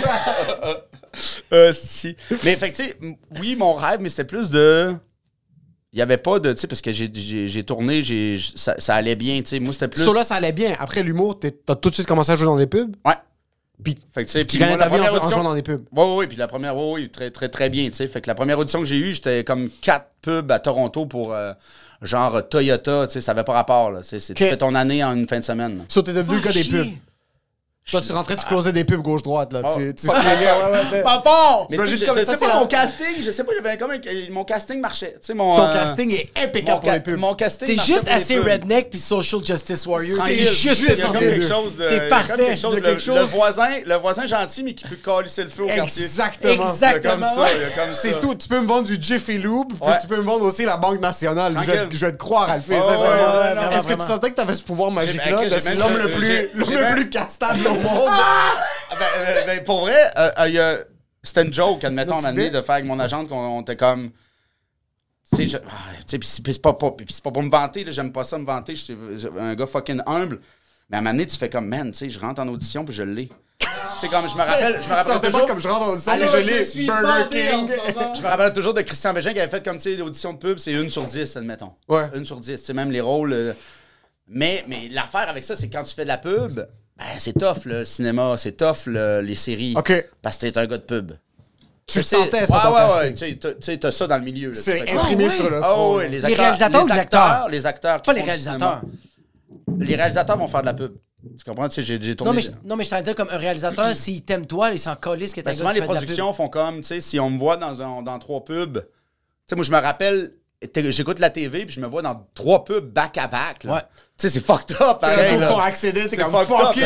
Si. Mais, fait que, tu sais, oui, mon rêve, mais c'était plus de. Il n'y avait pas de. Tu sais, parce que j'ai tourné, ça allait bien, tu sais. Moi, c'était plus. Sur là, ça allait bien. Après l'humour, t'as tout de suite commencé à jouer dans des pubs. Ouais. Puis Fait que, tu sais, tu puis gagnais moi, ta vie en audition- jouant dans des pubs. Oui, puis la première, oui, très, très, très bien, tu sais. Fait que la première audition que j'ai eue, j'étais comme 4 pubs à Toronto pour genre Toyota, tu sais, ça avait pas rapport, là. Tu fais ton année en une fin de semaine. Là. Ça, t'es devenu le gars des pubs. Toi, tu rentrais, tu closais des pubs gauche-droite, là. Tu signais. Papa! Mais Je veux tu sais, juste comme je ça, sais c'est pas, la- mon casting, je sais pas, j'avais comme mon casting marchait. Tu sais, mon Ton casting est impeccable pour les pubs. Mon casting T'es marchait juste pour les assez pubs. redneck puis social justice warrior. Tranquille. C'est juste Il y a ça. comme quelque chose de. T'es il y a comme parfait. quelque chose Il y a de- quelque chose- Le voisin gentil, mais qui peut calisser le feu au quartier. Exactement. Il y a Exactement. comme ça, il y a comme C'est ça. tout. Tu peux me vendre du Jiffy Lube, puis Ouais. tu peux me vendre aussi la Banque Nationale. Tranquille. Je vais te croire à le faire, Ouais, sincèrement. ouais, ouais, Est-ce que vraiment. tu sentais que t'avais ce pouvoir magique-là ben, d'être j'ai même- l'homme j'ai le même- plus castable au monde? Ben, pour vrai, c'était une joke, admettons, à un moment donné, de faire avec mon agente qu'on était comme. Tu sais, puis c'est pas pour me vanter, là, j'aime pas ça me vanter, je suis un gars fucking humble. Mais à un moment donné, tu fais comme, man, tu sais, je rentre en audition puis je l'ai. Tu sais, comme je me rappelle Ça sentait pas toujours. comme je rentre dans une salle Allô, et je je l'ai. suis Burger bandé en King. ce moment. Je me rappelle toujours de Christian Bégin qui avait fait comme, tu sais, l'audition de pub, c'est 1 sur 10, admettons. Ouais. 1 sur 10, tu sais, même les rôles. Mais l'affaire avec ça, c'est quand tu fais de la pub, ben, c'est tough, le cinéma, c'est tough, les séries. OK. Parce que t'es un gars de pub. Tu le sais, sentais, ça, ton casting. tu sais, t'as ça dans le milieu. là. C'est Tu fais comme- imprimé Ah ouais? sur le Ah front. ouais, les réalisateurs ou les acteurs? Les acteurs. qui Pas les font du réalisateurs. cinéma. Les réalisateurs vont faire de la pub. Tu comprends? Tu sais, j'ai tourné. Non, mais je t'en dire comme un réalisateur, s'il t'aime toi, il s'en calisse que t'es Ben, un souvent, gars qui les fait de la pub. productions font comme, tu sais, si on me voit dans 3 pubs, tu sais, moi, je me rappelle, j'écoute la TV, puis je me vois dans 3 pubs back-à-back. là. Ouais. Tu sais, c'est fucked up. Tu pareil, ouvres là. ton accédé, t'es C'est comme fucked fuck up, you!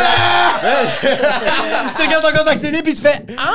Tu regardes ton compte accédé puis tu fais ah!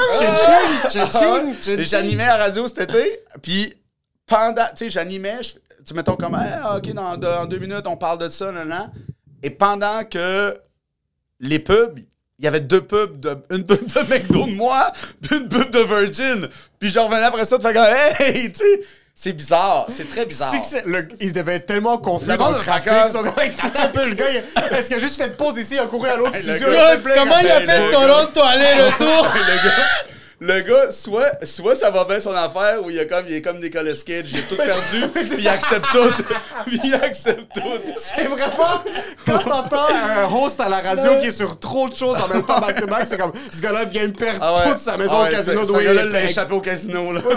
Et j'animais à la radio cet été, puis pendant, tu sais, j'animais, tu mettons comme, hey, OK, dans 2 minutes, on parle de ça, là. Et pendant que les pubs, il y avait 2 pubs, une pub de McDo de moi, puis une pub de Virgin. Puis je revenais après ça, de faire comme, hey, tu sais, c'est bizarre, c'est très bizarre. Il devait être tellement confus Le dans monde le de trafic. fracas. Ils sont comme, hey, attends un peu, le gars, est-ce qu'il a juste fait pause ici, il a couru à l'autre Hey, le studio? gars, s'il te plaît, Comment il a le fait gars. Toronto aller-retour? Le gars, soit ça va bien son affaire, ou il est comme Nicolas Cage, il est tout perdu, puis il accepte tout. Puis il accepte tout. C'est vraiment, quand t'entends un host à la radio qui est sur trop de choses en même temps back-to-back, c'est comme, ce gars-là vient de perdre toute sa maison au casino Ce d'où il gars-là est. l'a échappé au casino, là.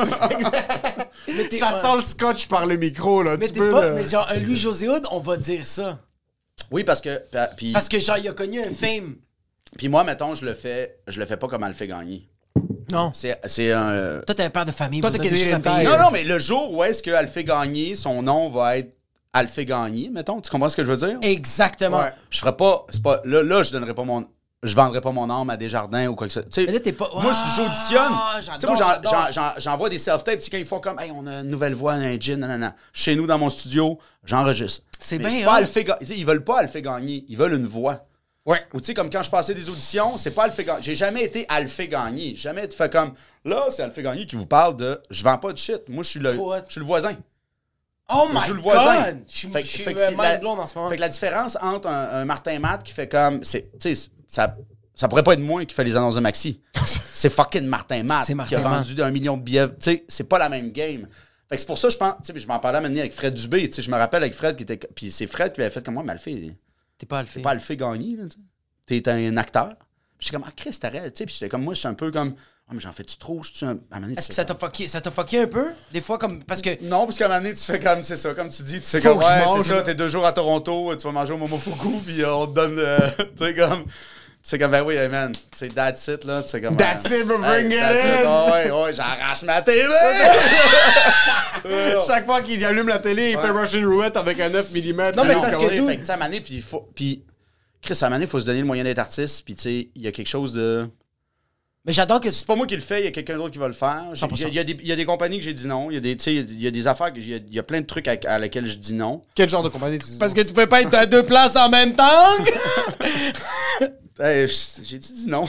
Ça sent le scotch par le micro, là. Mais Tu t'es peux pas. le- Mais genre, lui, José Hood, on va dire ça. Oui, parce que. Puis, Parce que genre, il a connu un fame. puis moi, mettons, je le fais pas comme elle le fait gagner. Non. C'est un. Toi, t'es un père de famille. Toi, pour t'es donner juste Canadian à payer. Tire. Non, mais le jour où est-ce qu'elle le fait gagner, son nom va être Elle le fait gagner, mettons. Tu comprends ce que je veux dire? Exactement. Ouais. Je ferais pas. C'est pas là, je donnerais pas mon. Je vendrais pas mon âme à Desjardins ou quoi que ce soit. Tu sais, Mais là, t'es pas. moi, j'auditionne. Ah, Tu sais, moi, j'adore. j'envoie des self-tapes. Tu sais, quand ils font comme, hey, on a une nouvelle voix, un gin, nanana. Chez nous, dans mon studio, j'enregistre. C'est Mais bien pas hot. elle le fait gagner. Tu sais, ils veulent pas elle le fait gagner. Ils veulent une voix. Ouais. Ou tu sais, comme quand je passais des auditions, c'est pas elle le fait gagner. J'ai jamais été elle le fait gagner. Jamais été fait comme, là, c'est elle le fait gagner qui vous parle de, je vends pas de shit. Moi, je suis le voisin. Oh Je my suis le god! voisin. Je suis Fait que c'est mind blown en ce moment. Fait que la différence entre un Martin Matt qui fait comme. Tu sais, ça pourrait pas être moi qui fait les annonces de Maxi. C'est fucking Martin Matt C'est qui Martin a vendu 1 million de billets. Tu sais, c'est pas la même game. Fait que c'est pour ça, je pense. Tu sais, je m'en parlais à un moment donné avec Fred Dubé. Tu sais, je me rappelle avec Fred qui était. Puis c'est Fred qui lui avait fait comme moi, mais elle fait. T'es pas à le faire. Pas elle fait gagner, là, tu sais. T'es un acteur. Puis j'étais comme, ah, Chris, t'arrêtes. Tu sais, puis j'étais comme, moi, je suis un peu comme. Ah, mais j'en fais-tu trop? Je suis un. À un moment donné, Est-ce tu que fais ça t'a fucké un peu? Des fois, comme. Parce que. Non, parce qu'à un moment donné, tu fais comme, c'est ça, comme tu dis, tu sais, Faut comme, que je ouais, mange, c'est ça, là. t'es 2 jours à Toronto, tu vas manger au Momofuku, puis on te donne, tu sais, comme, C'est comme, ben oui, hey, man, c'est that's it, là. C'est comme, That's it, we're bringing it in. Oh, ouais, j'arrache ma TV! Chaque fois qu'il allume la télé, il fait Russian Roulette avec un 9 mm. Non, mais parce que tout- Fait que, tu sais, à un moment donné, puis il faut... Puis, Chris, à un moment donné, il faut se donner le moyen d'être artiste, puis tu sais, il y a quelque chose de... Mais j'adore que C'est pas moi qui le fais, il y a quelqu'un d'autre qui va le faire. Il y a des compagnies que j'ai dit non. Il y a des, tu sais, il y a des affaires, il y a plein de trucs à lesquels je dis non. Quel genre de compagnie tu dis? Parce que tu peux pas être à 2 places en même temps. Hey, j'ai dit non.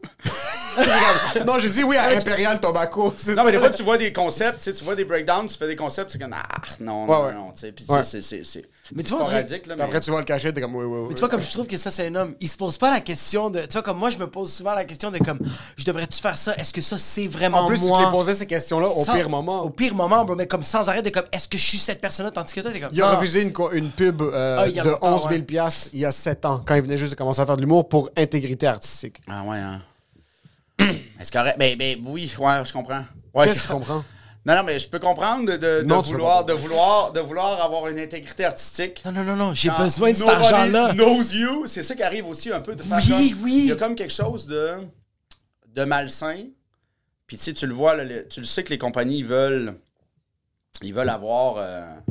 Non, j'ai dit oui à Imperial Tobacco. Non, mais des fois, tu vois des concepts, tu sais, tu vois des breakdowns, tu fais des concepts, c'est comme, non, tu sais. Puis, tu sais, c'est Mais tu vois, on sporadique, là. Puis après, tu vois le cachet, t'es comme oui. Mais tu vois, comme je trouve que ça, c'est un homme. Il se pose pas la question de. Tu vois, comme moi, je me pose souvent la question de comme, je devrais-tu faire ça? Est-ce que ça, c'est vraiment En plus, moi? tu t'es posé ces questions-là au Sans- pire moment. Au pire moment, bro, mais comme sans arrêt de comme, est-ce que je suis cette personne-là? Tandis que toi, t'es comme. Il a non. refusé une pub il y a de longtemps, 11 000 piastres il y a 7 ans, quand il venait juste de commencer à faire de l'humour pour intégrité artistique. Ah ouais, hein. Est-ce correct? Ben oui, ouais, je comprends. Ouais, Qu'est-ce que tu comprends? Non, mais je peux comprendre de Non, tu peux pas vouloir avoir une intégrité artistique. Non, j'ai Quand besoin de cet nobody argent-là. knows you. C'est ça qui arrive aussi un peu de faire Oui, comme- oui. Il y a comme quelque chose de malsain. Puis tu sais, tu le vois, là, tu le sais que les compagnies veulent avoir...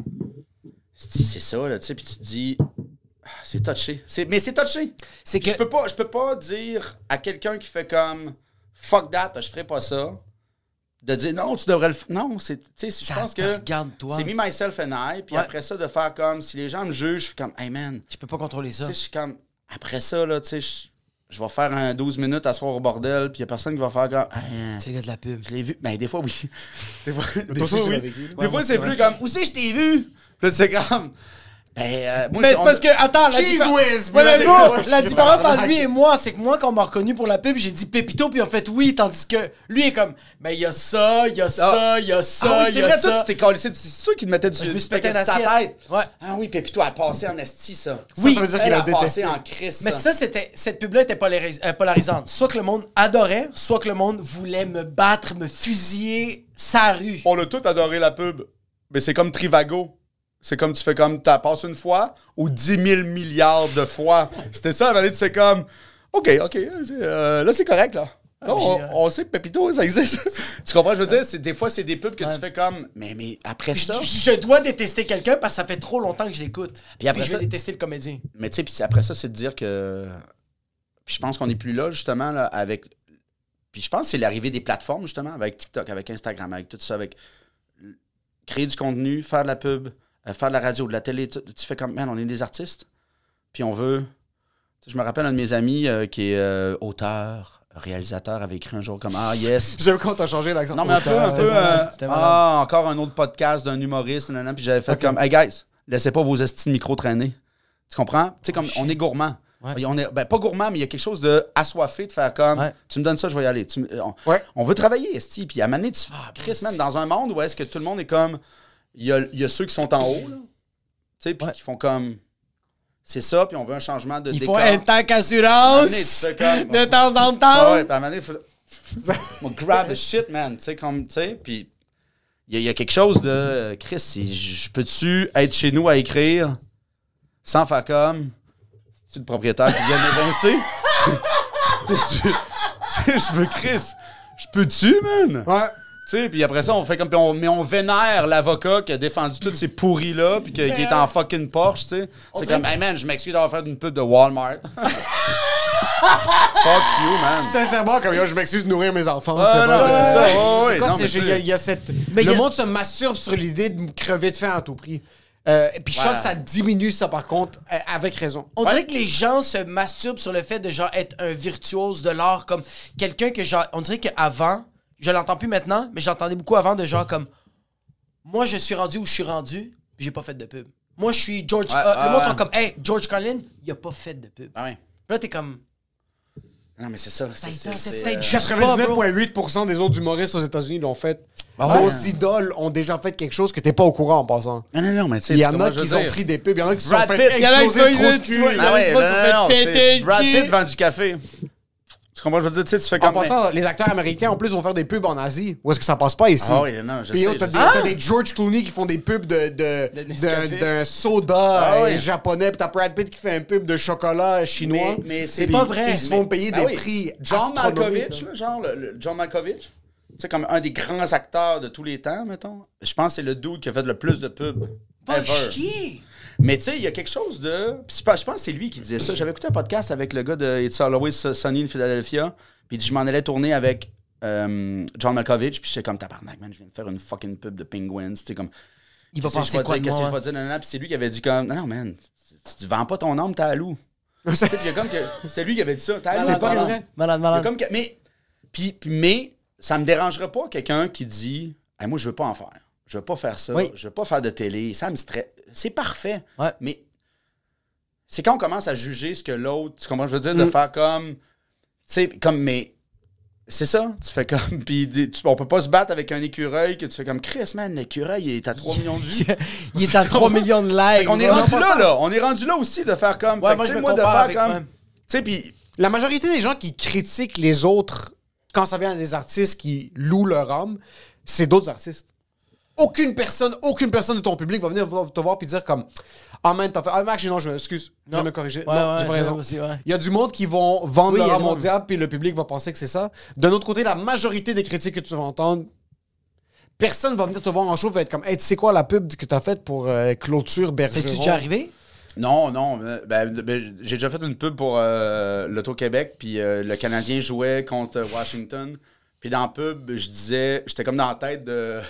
c'est ça, là, tu sais, puis tu te dis... C'est touché. Mais c'est touché. C'est que. Je peux pas dire à quelqu'un qui fait comme fuck that, je ferai pas ça, de dire non, tu devrais le faire. Non, c'est, tu sais, je Ça pense te que regarde, toi. c'est me, myself and I, puis Ouais. après ça, de faire comme si les gens me jugent, je suis comme hey man, Je peux pas contrôler tu ça. sais, je suis comme après ça, là, tu sais, je vais faire un 12 minutes à soir au bordel, puis il y a personne qui va faire comme hey, C'est le gars de la pub. je l'ai vu. Ben, des fois, oui. Des fois, toi aussi, tu l'as vécu. Des Ouais, fois, moi, c'est c'est plus vrai. comme où c'est que je t'ai vu? Puis là, c'est comme. Ben, moi, Mais c'est parce que, attends, Cheese whiz! Ouais, mais Puis bro, là, la je différence prépare entre lui et moi, c'est que moi, quand on m'a reconnu pour la pub, j'ai dit Pépito, puis en fait oui, tandis que lui est comme, ben il y a ça, il y a ça, il y a ça, Ah oui, il c'est y a vrai, toi, ça. tu t'es collé, c'est sûr qu'il te mettait du Je me suis spaghetti pété une sur sa assiette. tête. Ouais. Ah oui, Pépito a passé en esti, ça. Oui, ça veut dire Elle qu'il a a passé détesté. en crise. Mais ça, cette pub-là était polarisante. Soit que le monde adorait, soit que le monde voulait me battre, me fusiller sa rue. On a tous adoré la pub. Mais c'est comme Trivago. C'est comme tu fais comme, t'as passé une fois ou 10 000 milliards de fois. C'était ça, à un moment donné, tu fais comme, OK, là, c'est correct, là. Là, on sait que Pépito, ça existe. Tu comprends, je veux dire, des fois, c'est des pubs que tu fais comme, mais après ça... Je dois détester quelqu'un parce que ça fait trop longtemps que je l'écoute. Puis après je vais ça- détester le comédien. Mais tu sais, puis après ça, c'est de dire que... Puis je pense qu'on n'est plus là, justement, là, avec... Puis je pense que c'est l'arrivée des plateformes, justement, avec TikTok, avec Instagram, avec tout ça, avec créer du contenu, faire de la pub, faire de la radio, de la télé. Tu fais comme, man, on est des artistes, puis on veut... Tu sais, je me rappelle un de mes amis qui est auteur, réalisateur, avait écrit un jour comme, ah, yes... J'aime quand t'as changé l'accent. Non, mais un peu, C'était malade. encore un autre podcast d'un humoriste, nanana, puis j'avais fait comme, hey guys, laissez pas vos estis de micro traîner. Tu comprends? Tu sais, comme, on est gourmand. Ouais. On est, ben, pas gourmand, mais il y a quelque chose de assoiffé de faire comme, Ouais. tu me donnes ça, je vais y aller. Ouais. On veut travailler, esti, puis à un moment donné, Chris, man, dans un monde où est-ce que tout le monde est comme, il y a ceux qui sont en haut, là, tu sais, puis qui font comme, c'est ça, puis on veut un changement de Il décor. faut un tank À un assurance moment donné, tu fais comme, de temps en ah temps. ouais, puis à un moment donné, faut... grab the shit, man. Tu sais, comme, tu sais, puis il y a quelque chose de... Chris, je peux-tu être chez nous à écrire sans faire comme... C'est-tu le propriétaire qui vient m'évincer? Tu sais, je veux Chris. Je peux-tu, man? Ouais. Tu sais, puis après ça, on fait comme... Mais on vénère l'avocat qui a défendu tous ces pourris-là puis qui est en fucking Porsche, tu sais. C'est dirait comme, hey man, je m'excuse d'avoir fait une pub de Walmart. Fuck you, man. Sincèrement, comme yo, je m'excuse de nourrir mes enfants. Ah, c'est non, pas- c'est ça. c'est Ouais, ouais, quoi, non, c'est- mais il y a- il y a cette... Mais il y le a- monde se masturbe sur l'idée de me crever de faim à tout prix. Et puis je sens Ouais. que ça diminue ça, par contre, avec raison. On dirait que les gens se masturbent sur le fait de genre être un virtuose de l'art, comme quelqu'un que genre, on dirait qu'avant, je l'entends plus maintenant, mais j'entendais beaucoup avant de genre comme, moi je suis rendu où je suis rendu, puis j'ai pas fait de pub. Moi je suis George, le monde sont comme, hey, George Carlin, il a pas fait de pub. Ah ouais. Puis là t'es comme, Non, mais c'est ça. c'est juste pas, bro. 99,8% des autres humoristes aux États-Unis l'ont fait. Ah ouais. Nos idoles ont déjà fait quelque chose que t'es pas au courant en passant. Non, mais tu sais, Il y tu en comprends a ce que je qui veux ont dire. pris des pubs, il y en a qui se sont Brad fait Pitt, il y en a qui exploser sont- trop de cul. il y en a Ah ouais, qui se sont fait non, péter c'est le Brad cul. Pitt vend du café. Tu comprends? Je veux dire, tu sais, tu fais En comme... passant, les acteurs américains, en plus, vont faire des pubs en Asie. Où est-ce que ça passe pas ici? Ah oui, non, je Puis sais. t'as des George Clooney qui font des pubs Nescafé. d'un soda ouais. japonais, puis t'as Brad Pitt qui fait un pub de chocolat chinois. Mais C'est pas Puis vrai. Ils se font payer Ben des oui. prix John astronomiques. Malkovich, là, genre, le John Malkovich, c'est comme un des grands acteurs de tous les temps, mettons. Je pense que c'est le dude qui a fait le plus de pubs Va ever. chier! Mais tu sais, il y a quelque chose de... Puis je pense que c'est lui qui disait ça. J'avais écouté un podcast avec le gars de It's Always Sunny in Philadelphia, puis il dit, je m'en allais tourner avec John Malkovich, puis j'étais comme, tabarnak, man, je viens de faire une fucking pub de Penguins, tu sais, comme... Il va Qu'est-ce que penser je vais quoi dire, de qu'est-ce que moi? je vais dire, nanana. Puis c'est lui qui avait dit comme, non, man, tu vends pas ton âme, t'as à loup. Tu sais, puis il y a comme que... C'est lui qui avait dit ça, t'as à loup. C'est pas non. vrai. Malade, Il y a malade. comme que- mais ça me dérangerait pas quelqu'un qui dit hey, moi je veux pas en faire. Je veux pas faire ça. Oui. Je veux pas faire de télé. Ça me stresse. C'est parfait. Ouais. Mais c'est quand on commence à juger ce que l'autre, tu comprends, je veux dire, de faire comme tu sais, comme mais c'est ça, tu fais comme puis on peut pas se battre avec un écureuil que tu fais comme Chris man, l'écureuil il est à 3 millions de vues. Il est à 3 millions de likes. On est rendu là. On est rendu là aussi de faire comme Ouais, fait que, moi, tu je sais, me de compare faire avec comme moi. tu sais puis La majorité des gens qui critiquent les autres quand ça vient à des artistes qui louent leur âme, c'est d'autres artistes. Aucune personne de ton public va venir te voir et dire comme ah man, t'as fait. Ah Max, non, je m'excuse. Je vais me corriger. Ouais, non, ouais, j'ai pas ça raison. aussi, ouais. Il y a du monde qui vont vendre Oui, il y a leur du âme au monde. diable puis le public va penser que c'est ça. D'un autre côté, la majorité des critiques que tu vas entendre, personne va venir te voir en show et va être comme hey, tu sais quoi la pub que t'as faite pour Clôture Bergeron? C'est-tu déjà arrivé? Non, j'ai déjà fait une pub pour l'Auto-Québec, puis le Canadien jouait contre Washington. Puis dans la pub, j'étais comme dans la tête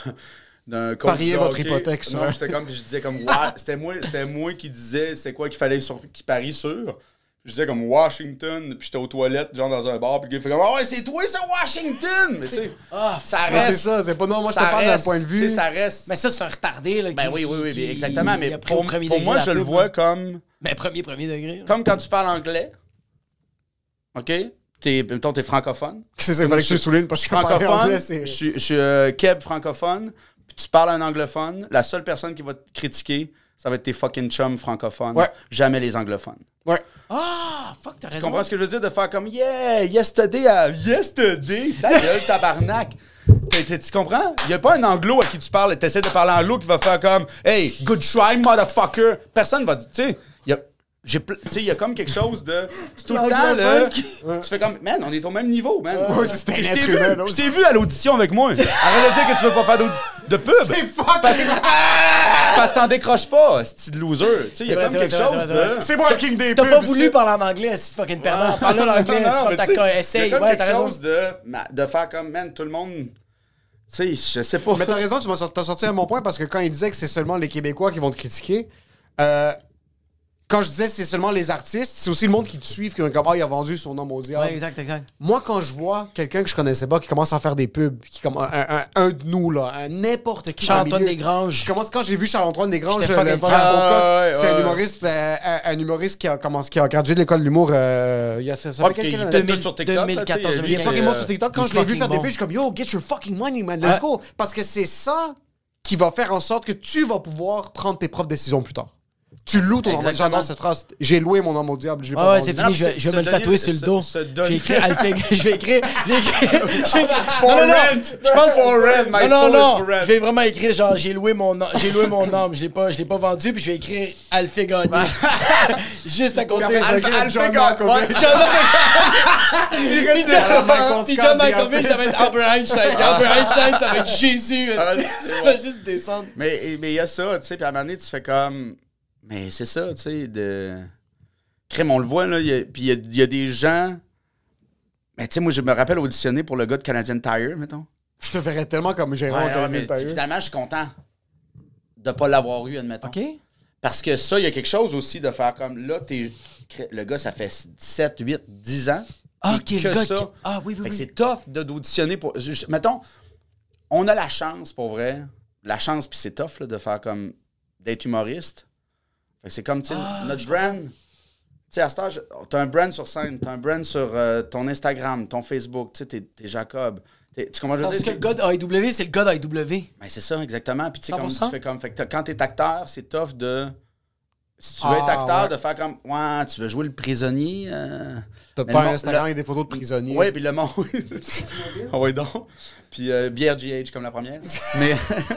d'un coach Pariez de votre hockey. hypothèque sur Non, un- j'étais comme, puis je disais comme, c'était moi qui disais c'est quoi qu'il fallait qu'il parie sur. Je disais comme Washington, puis j'étais aux toilettes, genre dans un bar, puis le gars fait comme, ah ouais, c'est toi, ça, Washington! Mais tu sais, ça Ouais, reste. c'est ça, c'est pas non, moi je te ça parle d'un reste, point de tu sais, vue. ça reste. Mais ça, c'est un retardé. Là, Ben oui, exactement. Mais il a pris au pour premier degré moi, la je le pub, vois là. comme. Mais premier degré. là. Comme quand tu parles anglais, OK? Mettons, t'es francophone. C'est ça, il fallait que tu le soulignes parce que parler Francophone, anglais, je c'est. suis Keb francophone, puis tu parles un anglophone, la seule personne qui va te critiquer, ça va être tes fucking chums francophones. Ouais. Jamais les anglophones. Ouais. Ah, fuck, t'as Tu raison. comprends ce que je veux dire? De faire comme, yeah, yesterday, ta gueule, tabarnak. Tu comprends? Il n'y a pas un anglo à qui tu parles et tu essaies de parler anglo qui va faire comme, hey, good try, motherfucker. Personne va dire, tu sais, il y a comme quelque chose de. C'est tout le temps, là. Tu fais comme, man, on est au même niveau, man. Ouais, c'est un Puis être humain, non? je t'ai vu à l'audition avec moi. Arrête de dire que tu veux pas faire de pub. C'est fuck! Parce que t'en décroches pas, c'est de loser. Tu sais, il y a C'est comme vrai, quelque c'est vrai, chose c'est vrai, de. C'est moi le king des T'as pubs. pas voulu c'est- parler en anglais, si fucking perdant. Parle-le l'anglais, Non, si mais t'as tu sais, qu'à il y essaye. a comme Ouais, t'as quelque raison. chose de faire comme, man, tout le monde. Tu sais, je sais pas. Mais t'as raison, t'as sorti à mon point parce que quand il disait que c'est seulement les Québécois qui vont te critiquer, quand je disais c'est seulement les artistes, c'est aussi le monde qui te suit, qui est comme ah, il a vendu son nom au diable. Ouais, exact. Moi, quand je vois quelqu'un que je connaissais pas qui commence à faire des pubs, qui comme un de nous, là, n'importe qui. dans le Charles-Antoine milieu, Desgranges. qui commence, quand j'ai vu Charles-Antoine Desgranges, J'étais le fucking voir fan. à Concoq, Ouais, c'est ouais. un humoriste qui a gradué de l'école de l'humour il y a ça fait Ouais, quelques puis années. il était tout sur TikTok. 2014, Il est fucking bon sur TikTok. Quand il est je l'ai vu fucking faire des bon. pubs, je suis comme yo, get your fucking money, man, let's Ouais. go. Parce que c'est ça qui va faire en sorte que tu vas pouvoir prendre tes propres décisions plus tard. Tu loues ton nom. Exactement. J'adore cette phrase. J'ai loué mon nom au diable. Je l'ai Ouais, pas ouais, vendu. c'est Non, fini, mais je vais me le tatouer sur le dos. se Je donner- vais écrire Alpheg. Je vais écrire. For Non, rent. Je pense. For rent. My Non, soul is non. for rent. Je vais vraiment écrire genre j'ai loué mon âme. Je l'ai pas vendu puis je vais écrire Alphé gagné. Juste à côté. Puis après, Alphé- John Alphé Malkovich. John Michael Puis Scott John The Malkovich, Office. ça va être Albert Einstein. Albert Einstein, ça va être Jésus. Ah, Ça va juste descendre. Mais il y a ça, tu sais, puis à un moment donné, tu fais comme. Mais c'est ça, tu sais, de. Crème, on le voit, là, puis il y a des gens. Mais tu sais, moi, je me rappelle auditionner pour le gars de Canadian Tire, mettons. Je te verrais tellement comme gérant Ouais, de ouais, mais Canadian Tire. finalement, je suis content de ne pas l'avoir eu, admettons. OK? Parce que ça, il y a quelque chose aussi de faire comme. Là, le gars, ça fait 7, 8, 10 ans. Ah, et OK, que le gars. ça. Ah, oui, Fait que oui. c'est tough d'auditionner pour. Mettons, on a la chance, pour vrai. La chance, puis c'est tough là, de faire comme. D'être humoriste. Fait que c'est comme, tu sais, notre brand. Tu sais, à cet âge, t'as un brand sur scène, t'as un brand sur ton Instagram, ton Facebook, tu sais, t'es Jacob. Tu comprends, je veux Tandis que dire? le gars d'AEW, c'est le gars d'AEW. Ben, c'est ça, exactement. Puis tu sais, comme 100%. tu fais comme. Fait que quand t'es acteur, c'est tough de. Si tu veux être acteur, de faire comme, ouais, tu veux jouer le prisonnier. T'as mais pas le un monde- Instagram avec des photos de prisonniers. Oui, puis le monde. Ah ouais, donc. Puis bière GH comme la première. Mais.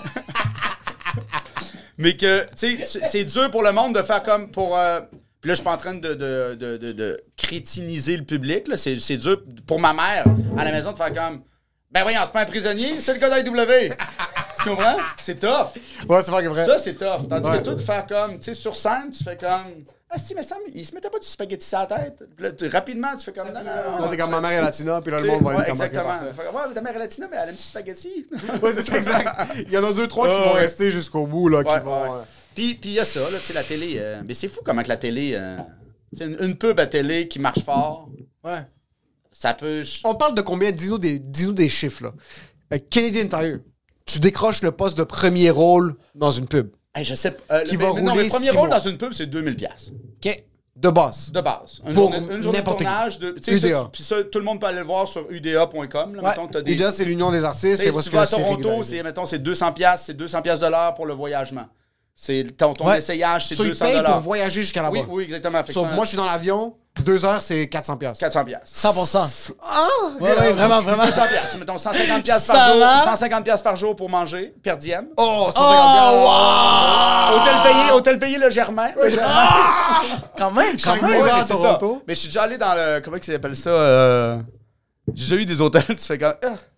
Mais que, tu sais, c'est dur pour le monde de faire comme pour. Puis là, je suis pas en train de crétiniser le public. Là. C'est dur pour ma mère à la maison de faire comme. Ben voyons, c'est pas un prisonnier, c'est le code IW. Tu comprends? C'est tough. Ouais, c'est vrai. Ça, c'est tough. Tandis Ouais. que toi, de faire comme, tu sais, sur scène, tu fais comme. Ah, si, mais ça, il se mettait pas du spaghetti sur la tête. Puis là, rapidement, tu fais comme. Non, On est comme ma mère est latina, puis là, le Tu sais, monde va être ouais, comme exactement. parfait. Fait que, ouais, mais ta mère est latina, mais elle aime du spaghetti. Ouais, c'est ça, exact. Il y en a 2-3 qui vont ouais. rester jusqu'au bout, là, qui Ouais, vont... ouais. Puis il y a ça, là, tu sais, la télé. Mais c'est fou comment que la télé. Tu sais, une pub à télé qui marche fort, Ouais. ça peut. On parle de combien? Dis-nous des chiffres, là. Canadian Tire, tu décroches le poste de premier rôle dans une pub. Hey, je sais pas. Qui va non, mais rouler le premier 6 rôle mois. dans une pub, c'est 2000$ OK. De base. de base. Une Pour journée de n'importe qui. tournage. Tu sais, UDA. puis ça, tout le monde peut aller le voir sur uda.com. Là, Ouais. mettons, t'as des. UDA, c'est l'Union des artistes. Tu C'est sais, parce si tu vas à que c'est Toronto, régularisé. c'est, mettons, c'est 200$, c'est 200$ de l'heure pour le voyagement. C'est ton Ouais. essayage, c'est So, ils 200$. payent pour voyager jusqu'à là-bas. Oui, oui, exactement. Fait que So, c'est un- moi, je suis dans l'avion, 2 heures, c'est 400 piastres. 400$. 100%. Ah! Ouais, ouais, vraiment, vraiment. 400$. Mettons 150$ Ça par jour. va? 150$ par jour pour manger, per diem. Oh, 150 Hôtel payé le Germain. Quand même, quand Chaque même. mois. Ouais, à mais c'est ça. Toronto. Mais je suis déjà allé dans le. Comment ils appellent ça? J'ai déjà eu des hôtels, tu fais comme.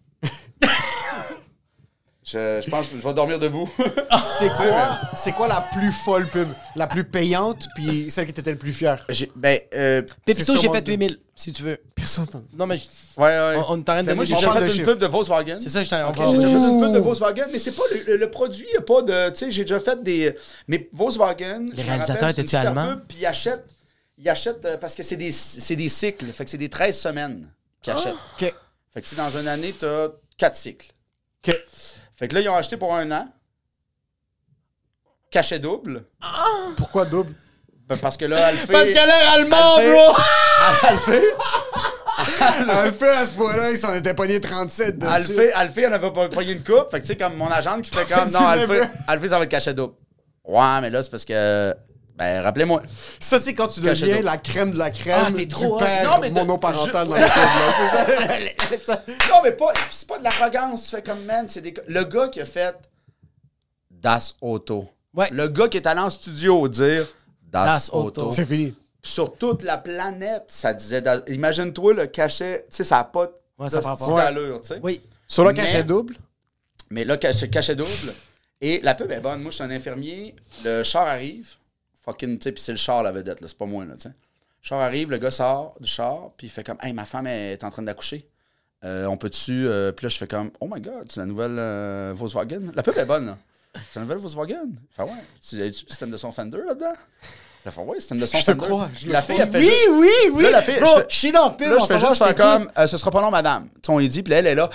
Je pense que je vais dormir debout. C'est quoi la plus folle pub? La plus payante, puis celle qui t'était le plus fière? Pépito, C'est j'ai sûrement fait deux. 8000, si tu veux. Personne. Non, mais Ouais. on t'arrête de Ben, moi, j'ai on déjà parle fait de une chiffres. pub de Volkswagen. C'est ça, je t'en Ok, j'ai déjà fait une pub de Volkswagen, mais c'est pas le produit, il y a pas de. Tu sais, j'ai déjà fait des. Mais Volkswagen. Les réalisateurs, étaient-tu allemands? Puis ils achètent parce que c'est des cycles. Fait que c'est des 13 semaines qu'ils achètent. OK. Fait que tu sais, dans une année, t'as 4 cycles. OK. Fait que là, ils ont acheté pour 1 an. Cachet double. Pourquoi double? Ben, parce que là, elle fait. Parce qu'elle a l'air allemand, Elle fait- bro! Elle fait. Elle fait à ce point-là, il s'en était pogné 37 dessus. Alphée, elle avait pas pogné une coupe. Fait que tu sais, comme mon agente qui fait comme. Non, Alphée, ça va être cachet double. Ouais, mais là, c'est parce que. Ben, rappelez-moi. Ça, c'est quand tu Cachet deviens double. la crème de la crème Ah, t'es du trop hot. père Non, mais monoparental dans le club. C'est ça. Non, mais pas, c'est pas de l'arrogance. Tu fais comme, man, c'est des. Le gars qui a fait Das Auto. Ouais. Le gars qui est allé en studio dire Das, Das Auto. Auto. C'est fini. Sur toute la planète, ça disait. Imagine-toi le cachet. Tu sais, ça n'a pas Ouais, ça prend pas. d'allure, tu sais. Oui. Sur le Mais- cachet double, Mais là, c'est cachet double. Et la pub est bonne. Moi, je suis un infirmier. Le char arrive. Fucking, tu sais, puis c'est le char la vedette, là. C'est pas moi, là, tu sais. Le char arrive, le gars sort du char, puis il fait comme, hey, ma femme est en train d'accoucher. On peut-tu. Puis là, je fais comme, oh my god, c'est la nouvelle Volkswagen. La pub est bonne, là. C'est la nouvelle Volkswagen. Il fait, ouais. C'est système de son Fender là-dedans. Il fait, ouais, système de son Je te Fender. crois, je le La fille, crois. elle fait. Oui, oui. Là, la fille, Bro, je fais- je suis dans le pub, Là, on je fais s'en va, juste faire t'écoute. comme, ce sera pas long, madame. Tu sais, on lui dit, puis là, elle est là.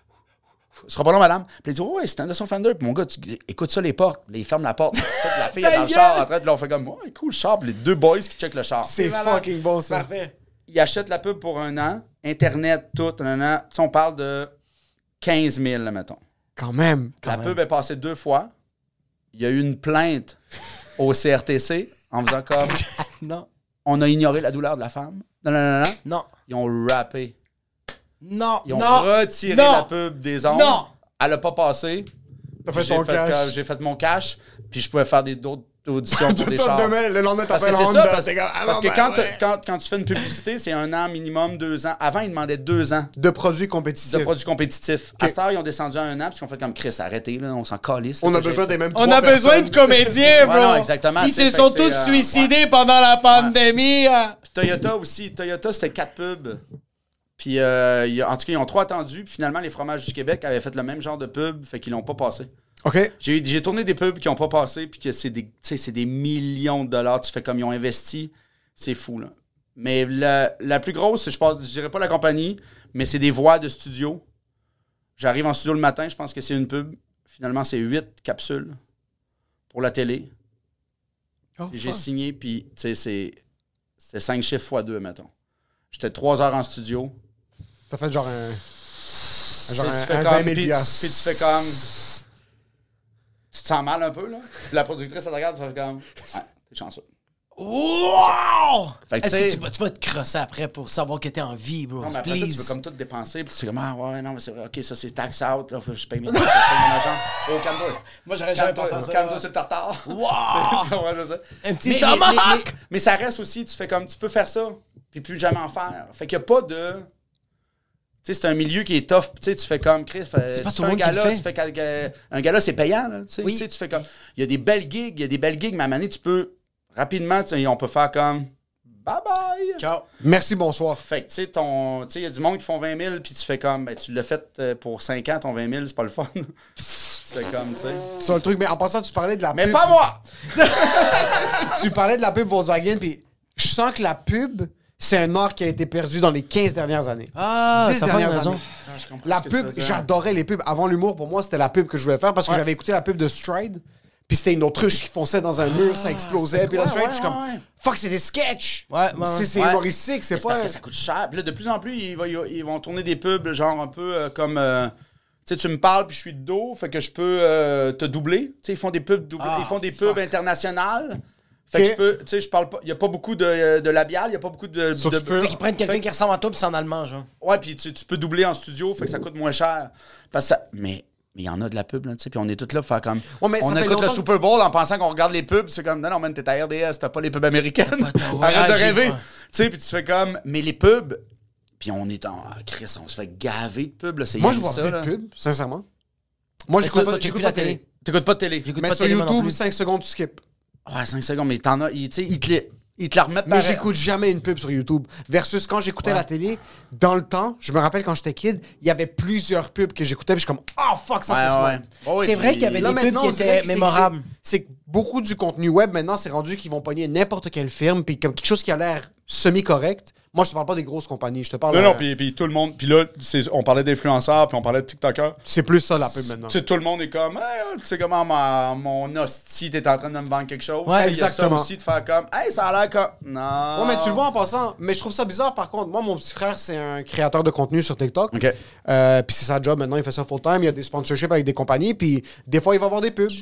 Ce sera pas long, madame. Puis elle dit, ouais, c'est un de son Fender. Puis mon gars, écoute ça, les portes. Puis il ferme la porte. Tu sais, puis la fille est dans le char en train de. Là, on fait comme, ouais, cool, le char. Puis les deux boys qui checkent le char. c'est malade. fucking bon, ça. Parfait. Ils achètent la pub pour 1 an. Internet, tout, un an. Tu sais, on parle de 15 000, là, mettons. Quand même. La pub est passée 2 fois. Il y a eu une plainte au CRTC en faisant comme, Non. on a ignoré la douleur de la femme. Non, non, non, non. Non. Ils ont rappé. Non. Ils ont non. retiré Non. la pub des ondes. Non. Elle a pas passé. T'as fait J'ai ton cash. j'ai fait mon cash, puis je pouvais faire d'autres auditions pour des Toi, chars. demain, le lendemain, Parce que t'appelles c'est ça, Honda. parce, t'es comme, ah parce non, que ben, quand, ouais. quand tu fais une publicité, c'est 1 an minimum, 2 ans. Avant, ils demandaient 2 ans De produits de compétitifs. produits compétitifs. À cette heure, ils ont descendu à 1 an, puis ils ont fait comme Chris, arrêtez, là, on s'en calisse. là, On a que besoin j'ai- des mêmes On trois a besoin personnes. de comédiens, bro. Ouais, non, exactement. Ils C'est- se sont fait que tous c'est, suicidés pendant la pandémie. hein. Toyota aussi. Toyota, c'était 4 pubs. Puis, en tout cas, ils ont 3 attendus. Puis finalement, les fromages du Québec avaient fait le même genre de pub, fait qu'ils l'ont pas passé. OK. J'ai tourné des pubs qui n'ont pas passé, puis que c'est des, tu sais, c'est des millions de dollars. Tu fais comme ils ont investi. C'est fou, là. Mais la plus grosse, je dirais pas la compagnie, mais c'est des voix de studio. J'arrive en studio le matin, je pense que c'est une pub. Finalement, c'est 8 capsules pour la télé. Oh, Puis j'ai fuck. signé, puis tu sais, c'est 5 chiffres fois 2, mettons. J'étais 3 heures en studio. T'as fait genre un Tu fais 20 comme, 000 puis piastres. tu fais comme... Tu te sens mal un peu, là. Puis la productrice, elle te regarde, elle fait comme... Ouais, t'es chanceux. Wow! Fait que, Est-ce tu sais- que tu vas te crosser après pour savoir que t'es en vie, bro? Non, mais après ça, tu Please. veux comme tout dépenser, puis c'est comme, ah ouais, non, mais c'est vrai, ok, ça c'est tax out, là, faut que je paye mes taxes, je paye mon agent. Oh, calme-toi. Moi, j'aurais jamais pensé à ça. Calme-toi sur le tartare. Wow! Ouais, c'est ça. Un petit Mais- tomahawk! mais ça reste aussi, tu fais comme, tu peux faire ça, puis plus jamais en faire. Fait qu'il n'y a pas de. Tu sais, c'est un milieu qui est tough. Tu sais, tu fais comme Chris. pas Tu tout fais le un monde qui le gala, fait. tu fais un gala, c'est payant. Là, tu sais. Oui. Tu sais, tu fais comme. Il y a des belles gigs, mais à un moment donné, tu peux rapidement, tu sais, on peut faire comme bye bye. Ciao. Merci, bonsoir. Fait que tu sais, il y a du monde qui font 20 000, puis tu fais comme, ben, tu l'as fait pour 5 ans, ton 20 000, c'est pas le fun. Tu fais comme, tu sais. C'est le truc. Mais en passant, tu parlais de la Mais pub. pas moi! Tu parlais de la pub Volkswagen, puis je sens que la pub, c'est un art qui a été perdu dans les 15 dernières années. Ah, 10 t'as pas dernières raison. années. Ah, je comprends La ce que tu pub, veux dire. j'adorais les pubs. Avant l'humour, pour moi, c'était la pub que je voulais faire parce que Ouais. j'avais écouté la pub de Stride. Puis c'était une autruche qui fonçait dans un mur, ça explosait. Puis là, ouais, Stride, ouais, je suis comme, ouais. fuck, c'est des sketchs. Ouais, ouais, ouais. C'est Ouais. humoristique, c'est Mais pas. parce que ça coûte cher. Puis là, de plus en plus, ils vont tourner des pubs, genre un peu comme. Tu sais, tu me parles, puis je suis de dos, fait que je peux te doubler. Tu sais, ils font des pubs, Ah, ils font des pubs fuck. internationales. Fait Ok. que je peux. Tu sais, je parle pas. Il y a pas beaucoup de labial, il y a pas beaucoup de. Ça, tu peux. Fait qu'ils prennent quelqu'un qui ressemble à toi, puis c'est en allemand, genre. Ouais, puis tu peux doubler en studio, fait que ça coûte moins cher. Parce que ça. Mais il y en a de la pub, là, tu sais, puis on est tous là pour faire comme. Ouais, mais ça on fait écoute le longtemps- Super Bowl en pensant qu'on regarde les pubs, c'est comme, non, man, t'es à RDS, t'as pas les pubs américaines. ouais, Arrête de j'ai rêver. pas. Tu sais, puis tu fais comme, mais les pubs, puis on est en. Chris, on se fait gaver de pubs, là, c'est Moi, je rien vois ça, plus là. de pub, sincèrement. Moi, Est-ce j'écoute que pas, tu j'écoute plus pas la de télé. télé? T'écoutes pas de télé. J'écoute Mais pas de sur télé, moi non YouTube, plus. 5 secondes, tu skip. Ouais, 5 secondes, mais t'en as. Tu sais, ils te la remettent Mais pareil. j'écoute jamais une pub sur YouTube. Versus quand j'écoutais Ouais. la télé, dans le temps, je me rappelle quand j'étais kid, il y avait plusieurs pubs que j'écoutais, puis je suis comme, oh fuck, ça c'est smart. Ouais, C'est vrai puis- qu'il y avait Là, des pubs maintenant, qui on dirait étaient que c'est mémorables. c'est que beaucoup du contenu web, maintenant, c'est rendu qu'ils vont pogner n'importe quelle firme, puis comme quelque chose qui a l'air semi-correct. Moi, je te parle pas des grosses compagnies, je te parle... Non, non, puis tout le monde. Puis là, on parlait d'influenceurs, puis on parlait de TikTokers. C'est plus ça, la pub, maintenant. Tu sais, tout le monde est comme, hey, tu sais comment mon hostie, t'es en train de me vendre quelque chose. Ouais, Il y a exactement. ça aussi de faire comme, hey, ça a l'air comme. Non. Ouais, mais tu le vois en passant. Mais je trouve ça bizarre, par contre. Moi, mon petit frère, c'est un créateur de contenu sur TikTok. OK. Puis c'est sa job maintenant, il fait ça full-time. Il y a des sponsorships avec des compagnies. Puis des fois, il va avoir des pubs.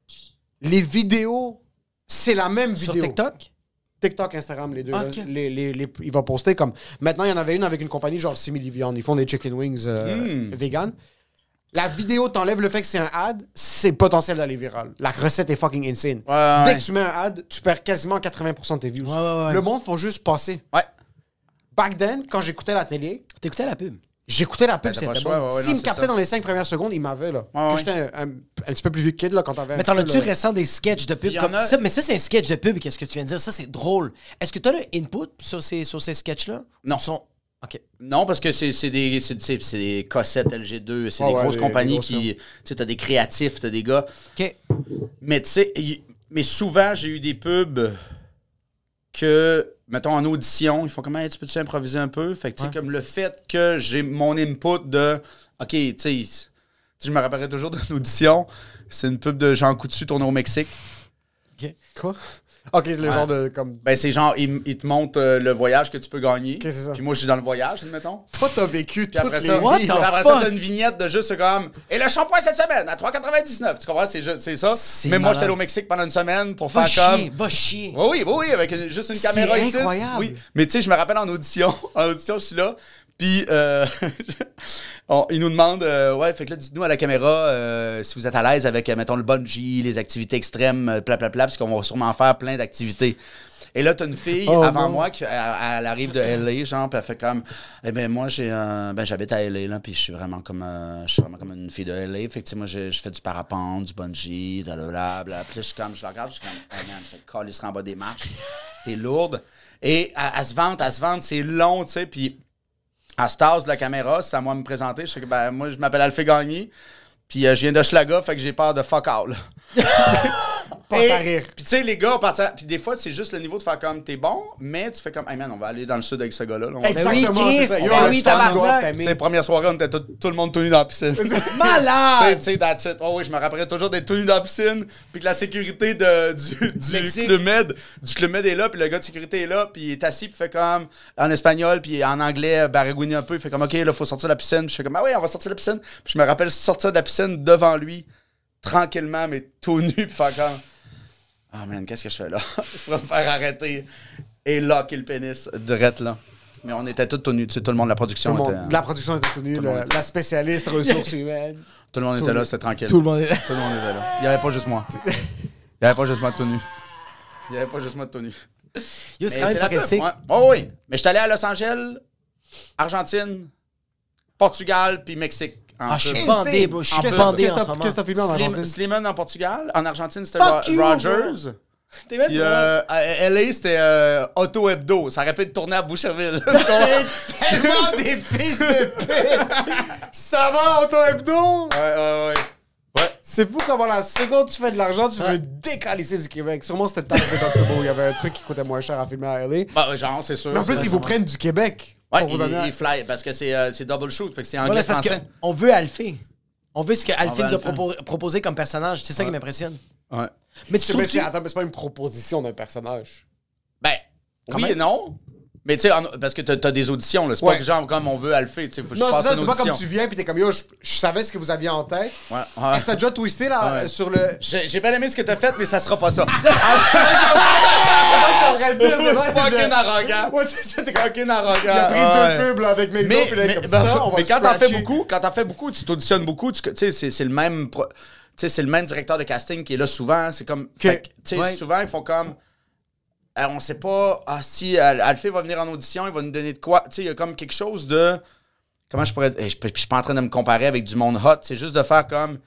Les vidéos, c'est la même Sur vidéo. TikTok? TikTok, Instagram, les deux. Ok. là. Il va poster comme. Maintenant, il y en avait une avec une compagnie genre Simili Viande. Ils font des chicken wings vegan. La vidéo t'enlève le fait que c'est un ad, c'est potentiel d'aller viral. La recette est fucking insane. Ouais. Dès que tu mets un ad, tu perds quasiment 80% de tes views. Ouais. Le monde faut juste passer. Ouais. Back then, quand j'écoutais la télé, T'écoutais la pub? j'écoutais la pub, Ben, t'as pas c'était le choix, bon. ouais, S'il non, me c'est captait ça. dans les 5 premières secondes, il m'avait là. Ouais, Que ouais. j'étais un petit peu plus vieux kid là, quand t'avais un Mais t'en peu, as-tu là. récent des sketchs de pub Il y en comme a- ça? Mais ça, c'est un sketch de pub, qu'est-ce que tu viens de dire? Ça, c'est drôle. Est-ce que t'as le input sur ces sketchs-là? Non. Ils sont... OK. Non, parce que c'est des cassettes LG2, c'est Ah des ouais, grosses des compagnies grosses qui. Tu sais, t'as des créatifs, t'as des gars. OK. Mais tu sais, mais souvent, j'ai eu des pubs que, mettons, en audition, ils font comme, hey, tu peux-tu improviser un peu? Fait que, tu sais, Ouais. comme le fait que j'ai mon input de, OK, tu sais, je me rappellerai toujours d'une audition, c'est une pub de Jean Coutu tournée au Mexique. Quoi? Ok, le genre de. Comme... Ben, c'est genre, il te montre le voyage que tu peux gagner. Ok, c'est ça. Puis moi, je suis dans le voyage, admettons. Toi, t'as vécu Puis après toutes ça, les What vies. the puis après fuck? ça, t'as une vignette de juste comme, et le shampoing cette semaine à 3,99. Tu comprends? C'est ça. C'est Mais moi, malade. j'étais allé au Mexique pendant une semaine pour Va faire comme. chier, va chier. Oui, avec juste une C'est caméra ici. incroyable. Oui, mais tu sais, je me rappelle en audition, je suis là, puis il nous demande, ouais, fait que là, dites-nous à la caméra si vous êtes à l'aise avec, mettons, le bungee, les activités extrêmes, parce qu'on va sûrement faire plein d'activités. Et là, t'as une fille Oh, avant non. moi, elle arrive de LA, genre, puis elle fait comme, eh ben moi, j'habite à LA, là, puis je suis vraiment comme une fille de LA. Fait que, tu sais, moi, je fais du parapente, du bungee, blablabla. Puis là, je la regarde, je suis comme, hey man, je te calisserai en bas des marches. T'es lourde. Et elle se vante, c'est long, tu sais, puis à Stars de la caméra, c'est à moi de me présenter. Je sais que, ben, moi, je m'appelle Alphée Gagné, puis je viens de Schlaga, fait que j'ai peur de fuck all. Pas Et- à rire. Puis tu sais, les gars, puis des fois, c'est juste le niveau de faire comme t'es bon, mais tu fais comme, hey man, on va aller dans le sud avec ce gars-là. Là. On va- Ben oui, Exactement, Chris, c'est ça. Yo, ben le oui, stand tabarnak. doivent Tu sais, t'aimer. première soirée, on était tout le monde tout nu dans la piscine. Malade! Tu sais, that's it. Oh oui, je me rappellerai toujours d'être tout nu dans la piscine, puis que la sécurité du Mexique. Club Med est là, puis le gars de sécurité est là, puis il est assis, puis fait comme en espagnol, puis en anglais, baragouine un peu, il fait comme, OK, là, faut sortir de la piscine. Puis je fais comme, ah oui, on va sortir de la piscine. Puis je me rappelle sortir de la piscine devant lui, tranquillement, mais tout nu, puis faire comme, Ah, man, qu'est-ce que je fais là? Je pourrais me faire arrêter et locker le pénis direct là. Mais on était tous tenus, tu sais, tout le monde de la production était... La production était tenue, la spécialiste ressources humaines. Tout le monde était là, c'était tranquille. Tout le monde est là. Tout le monde était là. Il n'y avait pas juste moi. Il n'y avait pas juste moi de tenue. Il n'y avait pas juste moi de tenue. Yo, c'est quand même la fucking pub, sick. ouais. Oh, oui. Mais je suis allé à Los Angeles, Argentine, Portugal, puis Mexique. Ah, je suis pub. bandé, bro. Je suis bandé en ce moment. Qu'est-ce que t'as filmé en Argentine? Slimane en Portugal. En Argentine, c'était Fuck you, Rogers. T'es même Puis pas... à LA, c'était Auto Hebdo. Ça aurait pu être tourné à Boucherville. Tellement des fils de pute! Ça va, Auto Hebdo? Ouais. C'est fou comment la seconde tu fais de l'argent, tu veux décalisser du Québec. Sûrement c'était Tax Deductible. Il y avait un truc qui coûtait moins cher à filmer à LA. Bah, genre, c'est sûr. Mais en plus, ils vous prennent du Québec. Ouais, pour vous donner ils fly parce que c'est double shoot. Fait que c'est Ouais, mais c'est parce anglais-français. qu'on veut Alphée. On veut ce que Alphée veut nous a Alphée. proposé comme personnage. C'est ça qui m'impressionne. Ouais. Mais tu trouves que... Attends, mais c'est pas une proposition d'un personnage. Ben, oui même. et non. Mais tu sais, parce que t'as des auditions, là. C'est Ouais. pas que genre comme on veut Alphée, tu sais, faut que je Non, passe c'est ça, une c'est pas audition. comme tu viens pis t'es comme yo, je savais ce que vous aviez en tête. Ouais. Est-ce que t'as déjà twisté là Ouais. sur le. J'ai bien aimé ce que t'as fait, mais ça sera pas ça. C'est vrai, Fucking arrogant. Ouais, c'est ça, t'es comme. Fucking arrogant. Il a pris Ouais. deux pubs là, avec McDo, Mais, pis là, mais, comme ben, ça, on va mais le quand scratcher. t'en fais beaucoup, tu t'auditionnes beaucoup, tu sais, c'est le même... Tu sais, c'est le même directeur de casting qui est là souvent. C'est comme... fait que, tu sais, Ouais. souvent, ils font comme... on sait pas... Ah, si Alphée va venir en audition, il va nous donner de quoi. Tu sais, il y a comme quelque chose de... Comment je pourrais... Je suis pas en train de me comparer avec du monde hot. C'est juste de faire comme...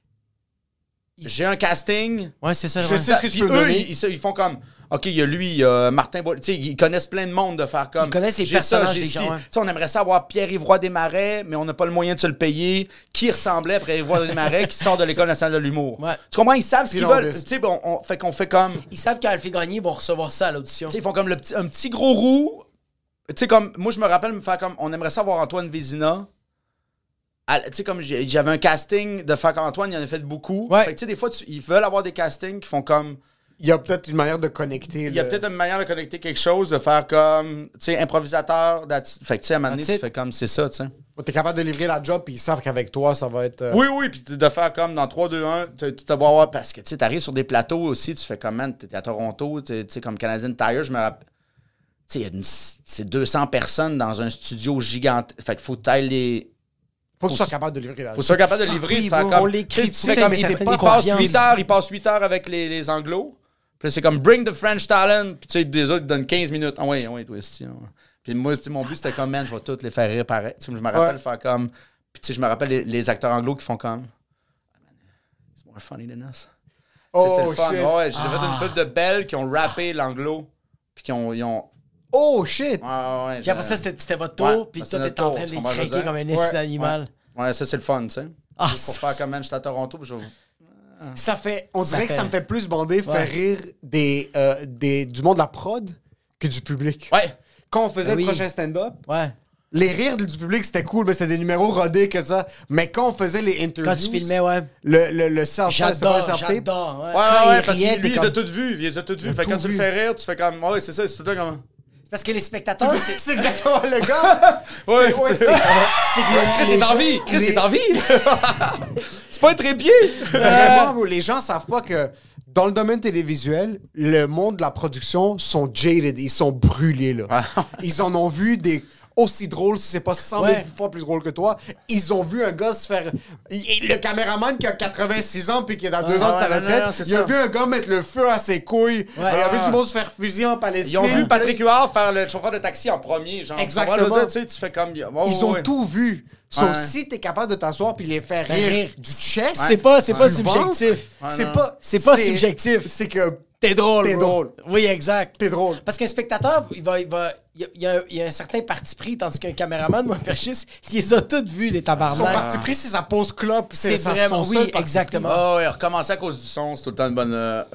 J'ai un casting... Ouais, c'est ça. Je ouais. sais ce que tu Puis peux me eux, donner. ils font comme... OK, il y a lui, il y a Martin Boil. Tu sais, ils connaissent plein de monde de faire comme... Ils connaissent les j'ai ça, personnages j'ai des ci. gens, ouais. Tu sais, on aimerait ça avoir Pierre-Yves Roy Desmarais, mais on n'a pas le moyen de se le payer. Qui ressemblait à Pierre-Yves Roy Desmarais qui sort de l'École nationale de l'humour? Ouais. Tu comprends? Ils savent ce qu'ils Puis veulent. Tu sais, fait qu'on fait comme... Tu Ils savent qu'Alphée Gagné, ils vont recevoir ça à l'audition. sais, ils font comme un petit gros roux. Tu sais, comme... Moi, je me rappelle me faire comme... On aimerait ça avoir Antoine Vézina. Tu sais, comme j'avais un casting de faire comme Antoine, il en a fait beaucoup. Ouais. Fait que, tu sais, des fois, ils veulent avoir des castings qui font comme... Il y a peut-être une manière de connecter. Il y a peut-être une manière de connecter quelque chose, de faire comme, tu sais, improvisateur. Fait que, tu sais, à un moment donné, That's tu it. fais comme, c'est ça, tu sais. T'es capable de livrer la job, puis ils savent qu'avec toi, ça va être. Oui, puis de faire comme dans 3, 2, 1, tu te vois voir, parce que, tu sais, t'arrives sur des plateaux aussi, tu fais comme, man, t'es à Toronto, tu sais, comme Canadian Tire, je me rappelle. Tu sais, c'est 200 personnes dans un studio gigantesque. Fait qu'il faut tailler les. Faut que tu sois capable de livrer la Faut que tu sois capable de Fuck livrer, oui, de faire bro, comme. on l'écrit tu sais, dessus comme avec il certaine passe confiance. 8 heures, il passe 8 heures avec les Anglos. Puis là, c'est comme bring the French talent. Puis tu sais, des autres, ils donnent 15 minutes. Ah ouais, toi aussi. Puis moi, mon but, c'était comme, man, je vais tous les faire rire pareil. Tu sais, je me rappelle faire comme. Puis tu sais, je me rappelle les acteurs anglo qui font comme. It's more funny than us. Tu sais, c'est le fun. Shit. Ouais, j'ai fait une pub de Belle qui ont rappé l'anglo. Puis qui ont. Oh shit! Ouais, Puis après ça, c'était votre Ouais, tour, puis c'est toi, notre t'es en tour, train de tu les comprends ce que je craquer veux comme un dire? esti animal. Ouais, ça, c'est le fun, tu sais. Ah, Juste pour faire comme, man, j'étais à Toronto. Puis Ça fait. On Ça dirait que fait- ça me fait plus bander Ouais. faire rire du monde de la prod que du public. Ouais. Quand on faisait Oui. le prochain stand-up, Ouais. les rires du public, c'était cool, mais c'était des numéros rodés que ça. Mais quand on faisait les interviews. Quand tu filmais, ouais. Le self-tape, c'était pas le J'adore, self-tape. j'adore. Ouais. Ouais, Quand ouais, il parce riait, que lui, t'es il les a comme- toutes vues. Il les a toutes vues. Il a Fait que quand tout tu le vu. fais rire, tu fais comme, ouais, c'est ça, c'est tout le temps comme. Parce que les spectateurs, c'est... C'est exactement le gars. Ouais, c'est que Chris les est en gens- vie! Chris les- est en vie! C'est pas un trépied! Vraiment, bro, les gens savent pas que dans le domaine télévisuel, le monde de la production sont jaded, ils sont brûlés là. Ils en ont vu des aussi drôles, si c'est pas 100 000 Ouais. fois plus drôle que toi. Ils ont vu un gars se faire... Le caméraman qui a 86 ans puis qui est dans 2 ans de sa ouais, retraite, non, c'est il a ça. vu un gars mettre le feu à ses couilles. Il a vu du monde se faire fusiller en Palestine. Ils ont vu Patrick Huard faire le chauffeur de taxi en premier, genre. Exactement. Tu vois, tu sais, tu fais comme. Ouais, Ils ont ouais. tout vu. Sauf Ouais. si t'es capable de t'asseoir puis les faire Rire. rire du chest. C'est pas du ventre, subjectif. C'est non. pas... C'est pas subjectif. C'est que T'es drôle, T'es bro. drôle. Oui, exact. t'es drôle. Parce qu'un spectateur, il y a un certain parti pris, tandis qu'un caméraman ou un perchiste, il les a toutes vues, les Son tabarnak. parti pris, c'est sa pause clope. C'est sa- vraiment, son oui, seul parti exactement. Ah ouais, recommencer à cause du son, c'est tout le temps une bonne.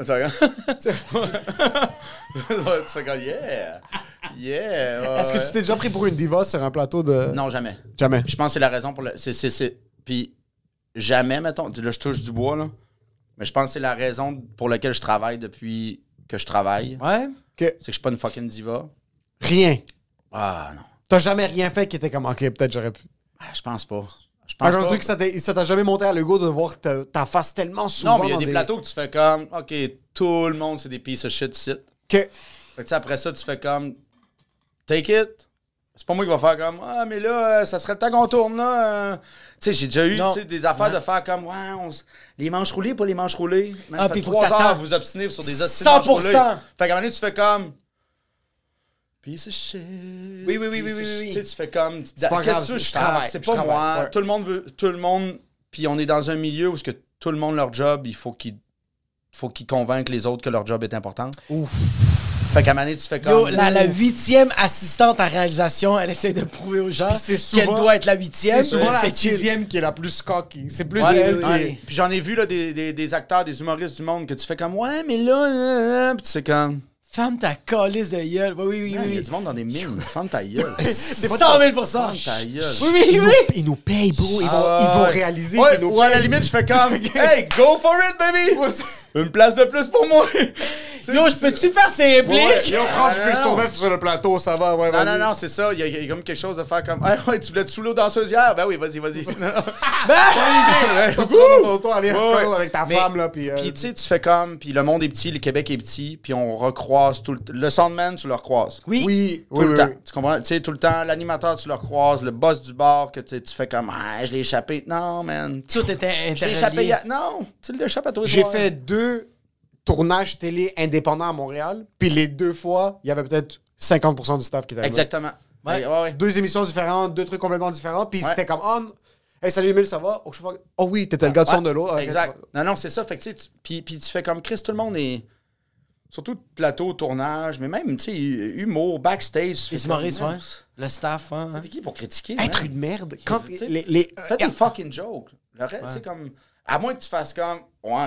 Tu fais comme, yeah! Yeah! pris. Est-ce que tu t'es déjà pris pour une diva sur un plateau de... Non, jamais. Jamais. Puis je pense que c'est la raison pour le. Puis jamais, mettons. Là, je touche du bois, là. Mais je pense que c'est la raison pour laquelle je travaille depuis que je travaille. Ouais. Que C'est que je suis pas une fucking diva. rien. Ah non. T'as jamais rien fait qui était comme, OK, peut-être j'aurais pu. Ah, je pense pas. Je pense Un pas. truc, ça t'a jamais monté à l'ego de voir ta face tellement souvent Non, mais il y a dans des plateaux que tu fais comme, OK, tout le monde, c'est des pieces of shit ici. OK. Fait que, tu sais, après ça, tu fais comme, take it. C'est pas moi qui va faire comme, ah, mais là, ça serait le temps qu'on tourne, là. Tu sais, j'ai déjà eu tu sais, des affaires de faire comme, ouais, les manches roulées, pas les manches roulées. Man, ça fait puis faut 3 que heures t'attends. vous obstinez sur des hosties de manches 100%. roulées. Fait qu'à un moment donné, tu fais comme, piece of shit. Oui. Tu sais, tu fais comme, pas grave, qu'est-ce que je je travaille, travaille? C'est je pas travaille, moi. ouais. Tout le monde, puis on est dans un milieu où tout le monde, leur job, il faut qu'ils convainquent les autres que leur job est important. Ouf. Fait qu'à un moment donné, tu fais Yo, comme... la 8e assistante à réalisation, elle essaie de prouver aux gens Puis c'est qu'elle souvent- doit être la 8e. C'est souvent la C'est chill. 6e qui est la plus cocky. C'est plus Ouais, elle oui, qui oui. est... Puis j'en ai vu là, des acteurs, des humoristes du monde que tu fais comme, ouais, mais là... Puis tu sais comme... Ferme ta calice de gueule. Oui. Il y a du monde dans des mines. Ferme ta gueule. 100 000 Ferme ta gueule. Oui. Ils nous payent, bro. Ils Ah, vont ouais. réaliser Ouais, qu'ils nous ou à la payent. limite, je fais comme, hey, go for it, baby! Une place de plus pour moi! Yo, je peux-tu faire ces répliques? Yo, prends du Ah, crystal non. meth sur le plateau, ça va, ouais, Non, vas-y. non, c'est ça. Il y a comme quelque chose de faire comme, hey, ouais, tu voulais te saouler aux danseuses hier? Ben oui, vas-y. Toi, tu rentres dans ton tour, aller Ouais. avec ta Mais- femme, là, puis... Puis tu sais, tu fais comme, puis le monde est petit, le Québec est petit, puis on recroise tout le Soundman, tu le recroises. Oui. Tout le temps. Tu comprends? Tu sais, tout le temps, l'animateur, tu le recroises, le boss du bar, que tu fais comme, ah, je l'ai échappé. Non, man. Tout était Je l'ai échappé interrelié. Non, tu l'échappes à toi. J'ai fait 2 tournages télé indépendants à Montréal, puis les 2 fois, il y avait peut-être 50% du staff qui était là. Exactement. Ouais. Ouais. 2 émissions différentes, 2 trucs complètement différents, puis Ouais. c'était comme, oh, hey, salut Emile, ça va? Oh oui, t'étais le gars de son de l'autre. Exact. Non, c'est ça. Fait que, tu sais, puis tu fais comme Chris, tout le monde est. Surtout plateau, tournage, mais même, tu sais, humour, backstage. tu fais Les humoristes, comme, ouais. Le staff, hein. T'es qui pour critiquer? Être man? une merde. Quand T'sais, les Fais des fucking jokes. Le reste, tu sais, comme. À moins que tu fasses comme. Ouais,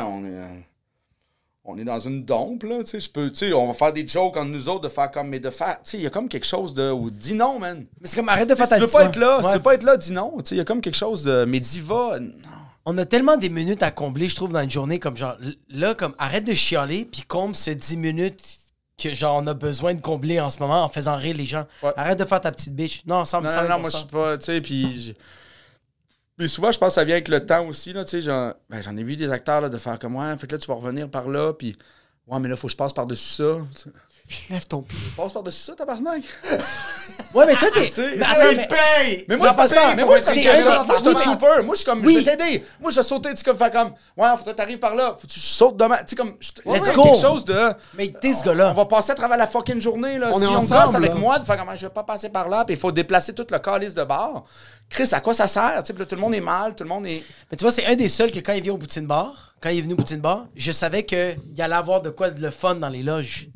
on est dans une dompe, là. Tu sais, on va faire des jokes entre nous autres, de faire comme. Mais de faire. Tu sais, il y a comme quelque chose de. Ou dis non, man. Mais c'est comme, arrête de Tu sais, faire si ta tu veux pas petite être là, voix. si tu Ouais. veux pas être là, dis non. Tu sais, il y a comme quelque chose de. Mais dis va. Non. On a tellement des minutes à combler, je trouve, dans une journée, comme genre, là, comme, arrête de chialer, puis comble ce 10 minutes que, genre, on a besoin de combler en ce moment en faisant rire les gens. Ouais. Arrête de faire ta petite bitch. Non, 100%. Non, moi, je suis pas. Tu sais, puis. Mais souvent, je pense que ça vient avec le temps aussi, là. Tu sais, j'en ai vu des acteurs, là, de faire comme, ouais, fait que là, tu vas revenir par là, puis. Ouais, mais là, faut que je passe par-dessus ça. Lève ton pied. Passe par-dessus ça, tabarnak. Ouais, mais toi, t'es. sais, Mais attends, mais- paye! Mais moi, je fais ça. Mais moi, je c'est suis un un des- moi, je suis un oui, trooper. Moi, je suis comme, oui. je vais t'aider. Moi, je vais sauter, tu sais, comme, faire comme, ouais, faudrait que t'arrives par là. Faut que tu sautes demain. Tu sais, comme, Let's ouais, go. quelque chose de. Mais t'es ce gars-là. On va passer à travers la fucking journée, là. On si est on ensemble, gosse avec là. moi, de faire comme, je vais pas passer par là, puis il faut déplacer tout le calice de bar. Chris, à quoi ça sert? Tu sais, puis là, tout le monde est mal, tout le monde est. Mais tu vois, c'est un des seuls que quand il vient au Poutine Bar, quand il est venu au Poutine Bar, je savais qu'il allait avoir de quoi de le fun dans les loges.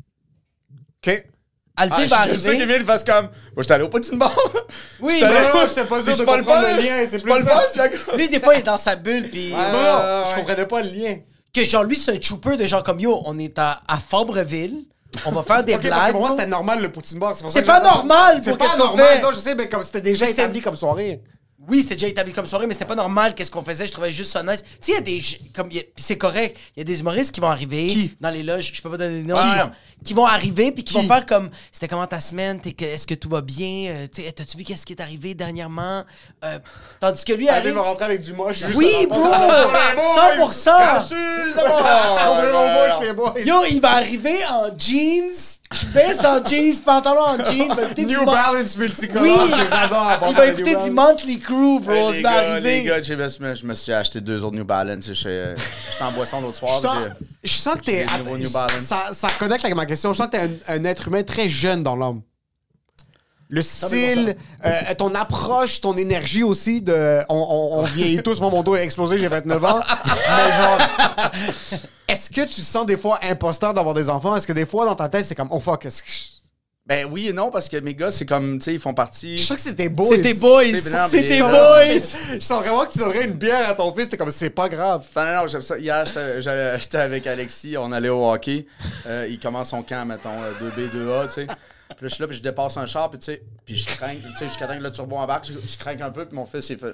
OK. Alfie va Je sais arriver. qu'Emile fasse comme, moi, j'étais allé au Poutine Bar. Oui, J'étais allé- mais non, j'étais pas sûr Mais je de suis pas le comprendre fun. le lien, c'est Je suis plus pas le ça. fun, c'est la- lui, des fois, il est dans sa bulle, puis. Non, ouais. je comprenais pas le lien. Que genre, lui, c'est un trooper de genre comme yo, on est à Fabreville, on va faire des OK, parce blagues. que pour moi, c'était normal, le poutine bar. pour ça C'est que pas j'adore. normal C'est pour pas qu'est-ce qu'on normal, fait. non, je sais, mais comme c'était déjà Mais c'est- établi comme soirée. Oui, c'était déjà établi comme soirée, mais c'était pas normal qu'est-ce qu'on faisait. Je trouvais juste ça nice. Tu sais, il y a des. Puis c'est correct. Il y a des humoristes qui vont arriver Qui? dans les loges. Je peux pas donner des noms. Qui? Qui vont arriver puis qui Qui? vont faire comme. C'était comment ta semaine? Est-ce que tout va bien? Tu sais, t'as-tu vu qu'est-ce qui est arrivé dernièrement? Tandis que lui Alvin arrive. va rentrer avec du moche. juste Oui, avant. bro! Ouais, boys! 100%! Capsule de mort! Ouvrez vos bouches, les boys! Yo, il va arriver en jeans. Je baisse en jeans, pantalon en jeans. Il va écouter du New Mon- Balance multicolore, Oui! je les adore. Il va écouter du Monthly Crew, bro. Hey, Il les va gars, arriver. les gars, je me suis acheté 2 autres New Balance. J'étais en boisson l'autre soir. Je sens que t'es. J'ai des nouveaux New Balance. Ça connecte avec ma question. Je sens que t'es un être humain très jeune dans l'homme. Le style, ton approche, ton énergie aussi. On vieillit tous. Moi, mon dos est explosé, j'ai 29 ans. Mais genre, est-ce que tu te sens des fois imposteur d'avoir des enfants? Est-ce que des fois, dans ta tête, c'est comme, oh fuck, est-ce que. Ben oui et non, parce que mes gars, c'est comme, tu sais, ils font partie. Je sens que c'était boys. C'était boys. C'est bien, mais C'était les gars- boys. Je sens vraiment que tu donnerais une bière à ton fils. T'es comme, c'est pas grave. Non, j'aime ça. Hier, j'étais avec Alexis, on allait au hockey. Il commence son camp, mettons, 2B, 2A, tu sais. Puis là, je suis là, puis je dépasse un char, puis tu sais, puis je crains, tu sais, jusqu'à temps que le turbo embarque, je crains un peu, puis mon fils, il fait...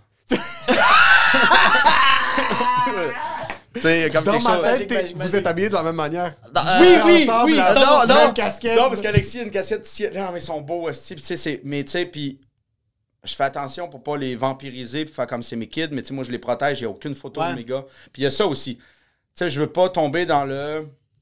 Tu sais, comme Dans quelque ma chose... tête, Magique. vous êtes habillés de la même manière. Oui, oui, Ensemble, oui, la ça, même non, casquette. non, parce qu'Alexis a une casquette ici. Non, mais ils sont beaux, aussi. Puis, tu sais, mais tu sais, puis je fais attention pour pas les vampiriser puis faire comme c'est mes kids, mais tu sais, moi, je les protège. Il n'y a aucune photo Ouais. de mes gars. Puis il y a ça aussi. Tu sais, je veux pas tomber dans le...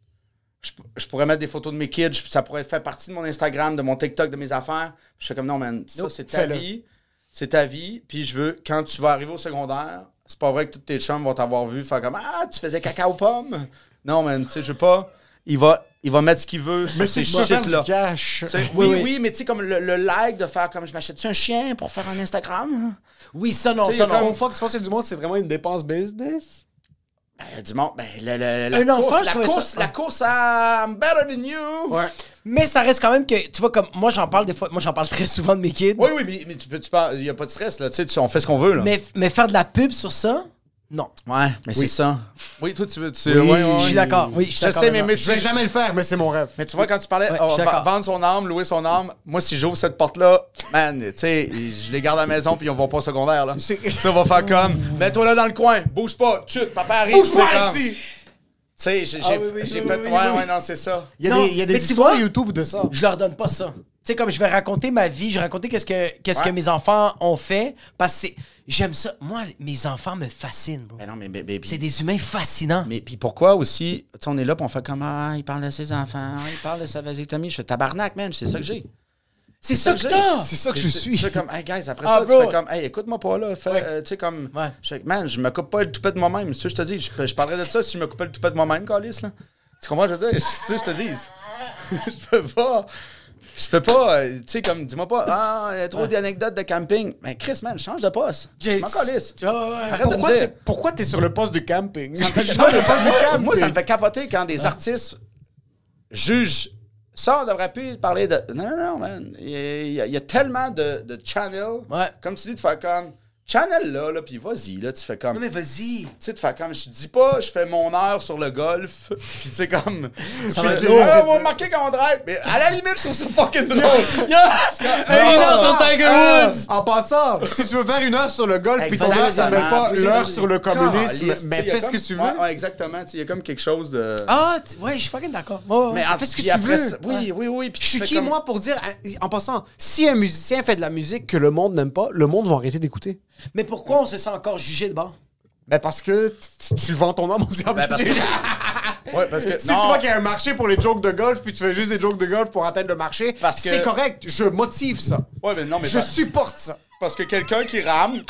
je pourrais mettre des photos de mes kids, ça pourrait faire partie de mon Instagram, de mon TikTok, de mes affaires. Je fais comme, non, man, ça, c'est ta vie. C'est ta vie. Puis je veux, quand tu vas arriver au secondaire, c'est pas vrai que tous tes chums vont t'avoir vu faire comme, ah, tu faisais caca aux pommes. Non, man, tu sais, je veux pas. Il va mettre ce qu'il veut sur ces shit-là. Du cash. Oui, mais tu sais, comme le like de faire comme, je m'achète-tu un chien pour faire un Instagram? Oui, ça non, T'sais, ça non. Une fois que tu penses qu'il y a du monde, c'est vraiment une dépense business. Du monde, ben, la course à I'm better than you. Ouais. Mais ça reste quand même que, tu vois, comme moi j'en parle des fois, moi j'en parle très souvent de mes kids. Oui, mais tu parles, il n'y a pas de stress, là, tu sais, on fait ce qu'on veut, là. Mais faire de la pub sur ça, non. Ouais, mais c'est ça. Oui, toi, tu veux. Je suis d'accord. Oui, je suis d'accord. sais, mais Je vais jamais le faire, mais c'est mon rêve. Mais tu vois, quand tu parlais, je suis d'accord. vendre son âme, louer son âme, moi, si j'ouvre cette porte-là, man, tu sais, je les garde à la maison puis ils vont pas au secondaire, là. Tu sais, on va faire comme, mets-toi là dans le coin, bouge pas, chut, papa arrive. Bouge pas ici! Tu sais, j'ai fait. Ouais, non, c'est ça. Il y a des mais tu histoires vois, YouTube de ça. Je leur donne pas ça. Tu sais, comme je vais raconter ma vie, je vais raconter qu'est-ce que mes enfants ont fait, parce que j'aime ça. Moi, mes enfants me fascinent, bro. Mais non, mais C'est des humains fascinants. Mais puis pourquoi aussi, tu sais, on est là puis on fait comme, ah, il parle de ses enfants, il parle de sa vasectomie. Je fais tabarnak, man, c'est ça que j'ai. C'est ça que t'as! C'est ça que je Tu suis. fais comme, hey guys, après Ah, ça, bro. tu fais comme, hey, écoute-moi pas là. Tu sais, comme, je fais, man, je me coupe pas le toupet de moi-même. Tu sais, je te dis, je parlerais de ça si je me coupais le toupet de moi-même, Calis, là. Tu comprends, je veux dire? Tu sais, je te dis. Je peux pas, tu sais, comme, dis-moi pas, ah, il y a trop d'anecdotes de camping. Mais Chris, man, change de poste. Je m'en calisse. Arrête de me dire. Pourquoi t'es sur le poste de camping? Ça me fait- Moi, ça me fait capoter quand des artistes jugent. Ça, on devrait plus parler de. Non, man. Il y a tellement de channels. Ouais. Comme tu dis, de faire comme. Channel là, puis vas-y, là, tu fais comme. Non, mais vas-y. Tu sais, de faire comme. Je dis pas, je fais mon heure sur le golf, puis tu sais, comme. Ça va être lourd. lourd. On va marquer quand on drive. Mais à la limite, je trouve ça fucking drôle. Sur Tiger Woods! En passant, si tu veux faire une heure sur le golf, puis ton heure Exactement. s'appelle pas Oui, l'heure c'est- sur le communisme, Caliste, mais tu sais, fais il y a ce que comme- tu veux. Ouais, exactement. Tu sais, il y a comme quelque chose de. Ah, ouais, je suis fucking d'accord. Ouais. Mais fais ce que puis tu après veux. ça- Oui. Puis Je suis tu fais qui, comme- moi, pour dire, en passant, si un musicien fait de la musique que le monde n'aime pas, le monde va arrêter d'écouter. Mais pourquoi on se sent encore jugé de bord? Ben parce que tu vends ton âme au diable. Ben, parce que- Ouais, parce que. Si non. tu vois qu'il y a un marché pour les jokes de golf, puis tu fais juste des jokes de golf pour atteindre le marché, Parce que- c'est correct. Je motive ça. Ouais, mais non, mais Je supporte ça. parce que quelqu'un qui rame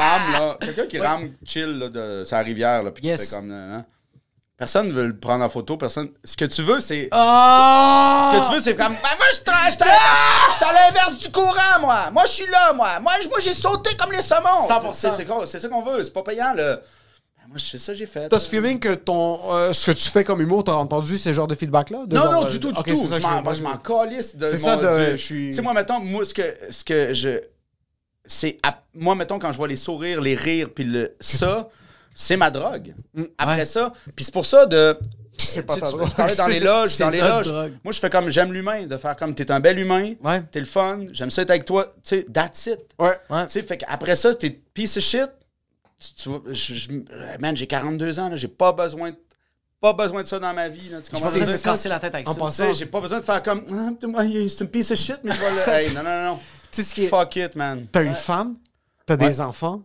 chill là, de sa rivière, là, puis qui Yes. fait comme. Personne veut le prendre en photo, personne. Ce que tu veux, c'est. Ah! Ce que tu veux, c'est comme. Ben, moi, je suis à l'inverse du courant, moi. Moi, je suis là, moi. Moi, j'ai sauté comme les saumons. 100%. C'est ça qu'on veut. C'est pas payant, là. Ben, moi, c'est ça que j'ai fait. T'as ce feeling que ce que tu fais comme humour, t'as entendu ces genres de feedback-là? Non, du tout. Ok, c'est ça, Je m'en calisse de. C'est ça, je Tu suis. sais, moi, mettons, ce que je. C'est. Moi, mettons, quand je vois les sourires, les rires, puis ça, c'est ma drogue. Après ça. Puis c'est pour ça de. C'est pas Tu ta sais, drogue. tu parlais dans les loges, c'est dans les notre loges. drogue. Moi, je fais comme j'aime l'humain, de faire comme t'es un bel humain, Ouais. t'es le fun, j'aime ça être avec toi, tu sais, that's it. Ouais. Ouais. Tu sais, fait qu'après ça, t'es piece of shit. Tu vois, man, j'ai 42 ans, là, j'ai pas besoin de ça dans ma vie, là, tu J'ai comprends? pas besoin de me Tu casser la tête avec ça. sais, j'ai pas besoin de faire comme, c'est une piece of shit, mais je vais le. Hey, non. Tu sais ce qui est. Fuck it, man. T'as une femme, t'as des enfants.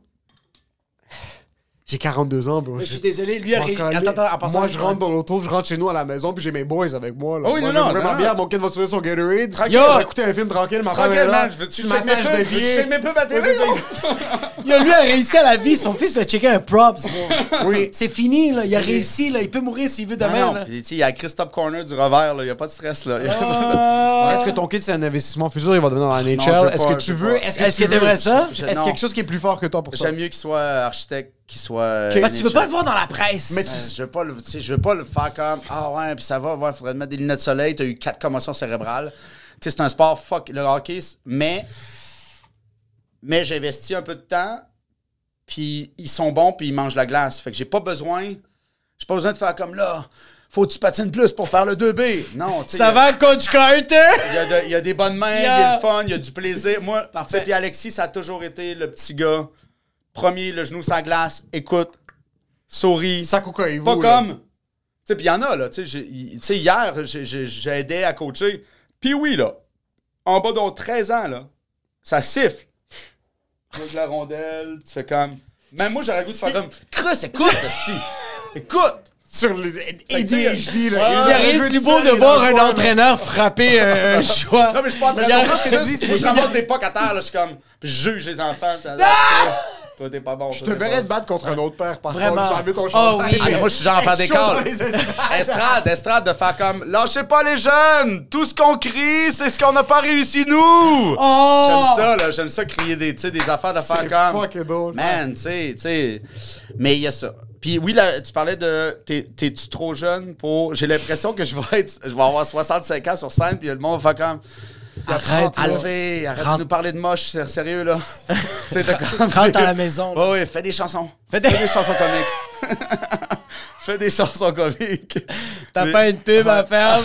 J'ai 42 ans, bro. Je suis désolé, lui a Attends, en passant. Moi, je rentre dans l'auto, je rentre chez nous à la maison, puis j'ai mes boys avec moi. Là. Oh oui, moi, non, j'aime non, vraiment non. bien. Mon kid va soulever son Gatorade. Tranquille. On va écouter un film tranquille. Ma femme est Tranquille, là. man, je veux-tu Tu check mes massages pubs? de Veux-tu pieds. check mes pubs à télé, Ouais, c'est non? Lui a réussi à la vie, son fils a checké un props, bro. Oui. C'est fini, là. Il a réussi, là. Il peut mourir s'il veut demain, Non, là. puis tu sais, il y a Christophe Corner du revers, là, il y a pas de stress, là. Est-ce que ton kid, c'est un investissement futur? Il va devenir dans la je NHL. veux Est-ce pas, que je tu veux veux? pas. Est-ce que t'aimerais ça? Est-ce Non. quelque chose qui est plus fort que toi pour ça? J'aime mieux qu'il soit architecte, qu'il soit. Parce que tu veux pas le voir dans la presse. Mais Je veux pas le faire comme ah ouais, puis ça va, ouais, faudrait te mettre des lunettes de soleil, t'as eu 4 commotions cérébrales. Tu sais, c'est un sport fuck le hockey, mais j'investis un peu de temps, puis ils sont bons, puis ils mangent la glace. Fait que j'ai pas besoin de faire comme là. Faut que tu patines plus pour faire le 2B. Non, tu sais. Ça va, Coach Carter? Il y a des bonnes mains, il y a le fun, il y a du plaisir. Moi, tu sais, puis Alexis, ça a toujours été le petit gars. Premier, le genou sur la glace, écoute, souris. Ça cocaïne. Pas comme. Tu sais, puis il y en a, là. Tu sais, hier, j'ai aidé à coacher. Puis oui, là. En bas d'un 13 ans, là. Ça siffle. Tu vois de la rondelle, tu fais comme. Même moi, j'aurais le goût de faire comme. Crus, écoute, esti. Écoute. Sur le ADHD, là. Il n'y a rien de plus beau de voir un entraîneur frapper un choix. Non, mais je suis pas en train de regarde dire ce ce que que tu tu dis, dis. c'est Moi, je génial. ramasse des pocs à terre, là, je suis comme. Puis je juge les enfants. Toi, t'es pas bon. Je te verrais te battre contre un autre père, par Vraiment. contre. J'ai enlevé ton Oh, chandail. oui. Ah, mais moi, je suis genre en faire des Chaud dans calls. les estrades. Estrade, de faire comme lâchez pas les jeunes! Tout ce qu'on crie, c'est ce qu'on n'a pas réussi nous! Oh! J'aime ça, là. J'aime ça crier des affaires de faire C'est comme. fucking drôle. Man, tu sais. Mais il y a ça. Puis oui, là, tu parlais de. T'es-tu trop jeune pour. J'ai l'impression que je vais avoir 65 ans sur scène, puis le monde va faire comme. Arrête, là. Alphée, arrête de nous parler de moche, c'est sérieux, là. Tu sais, t'as comme. Rentre à la maison. là. Ouais, fais des chansons. Fais des- chansons comiques. Fais des chansons comiques. T'as Mais- pas une pub à faire.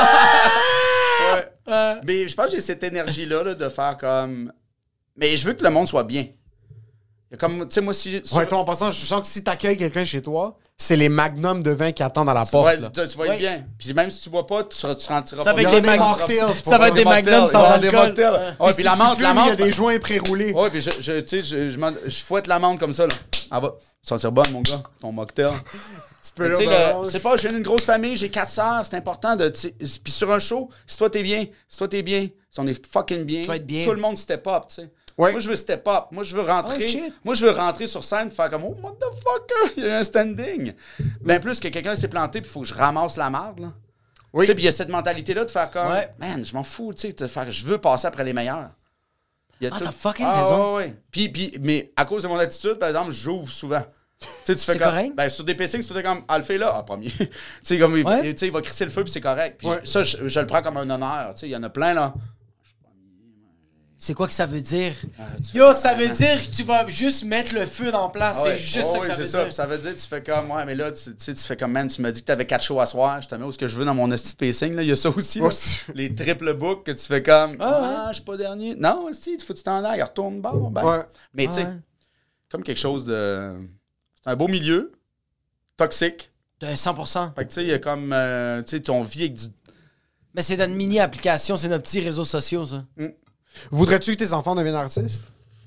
Ouais. Mais je pense que j'ai cette énergie-là là, de faire comme. Mais je veux que le monde soit bien. Il y a comme, tu sais, moi, si. Ouais, toi, en passant, je sens que si t'accueilles quelqu'un chez toi, c'est les magnums de vin qui attendent à la porte. Ouais, là. tu vas être bien. Puis même si tu bois pas, tu rentiras Ça pas. va Il y être a des des magnums. mocktails, Ça va être des magnums sans des alcool. mocktails. Ouais, Puis puis si la tu menthe, fumes, il y a des joints pré-roulés. Ouais, puis tu sais, je fouette la menthe comme ça, là. Ah, va. Sentir bonne, mon gars, ton mocktail. Tu peux Tu sais, là, c'est pas, je viens d'une grosse famille, j'ai 4 sœurs, c'est important de. Puis sur un show, si toi t'es bien, si on est fucking bien, Tu vas être bien. tout le monde step up, tu sais. Ouais. Moi, je veux step up. Moi, je veux rentrer. Oh, shit. Moi, je veux rentrer sur scène et faire comme, oh, motherfucker, il y a un standing. Ben plus que quelqu'un s'est planté puis il faut que je ramasse la marde, là. Oui. Tu sais, puis il y a cette mentalité-là de faire comme, Ouais. man, je m'en fous, tu sais, de faire, je veux passer après les meilleurs. Il y a Ah, t'as fucking raison. Ouais, ouais. Puis, mais à cause de mon attitude, par exemple, j'ouvre souvent. Tu sais, tu fais C'est comme, correct? ben, sur des pacings, tu fais comme, ah, le fait là, ah, premier. Tu sais, comme, Ouais. tu sais, il va crisser le feu, puis c'est correct. Puis Ouais. ça, je le prends comme un honneur. Tu sais, il y en a plein, là. C'est quoi que ça veut dire? tu Yo, ça veut dire que tu vas juste mettre le feu dans place. Ah ouais. C'est juste Ah ça ouais, que ça c'est veut ça. dire. Ça veut dire, tu fais comme, ouais, mais là, tu sais, tu fais comme, man, tu m'as dit que t'avais 4 shows à soir, je te mets où ce que je veux dans mon esti de pacing, là. Il y a ça aussi, là. Ouais. Les triple books que tu fais comme, Ah, je suis pas dernier. Non, esti, il faut que tu t'en ailles, retourne bord. Ben. Ouais. Mais tu sais, Ouais. comme quelque chose de. C'est un beau milieu, toxique. De 100%. Fait que tu sais, il y a comme, tu sais, on vit avec du. Mais c'est notre mini-application, c'est nos petits réseaux sociaux, ça. Voudrais-tu que tes enfants deviennent artistes?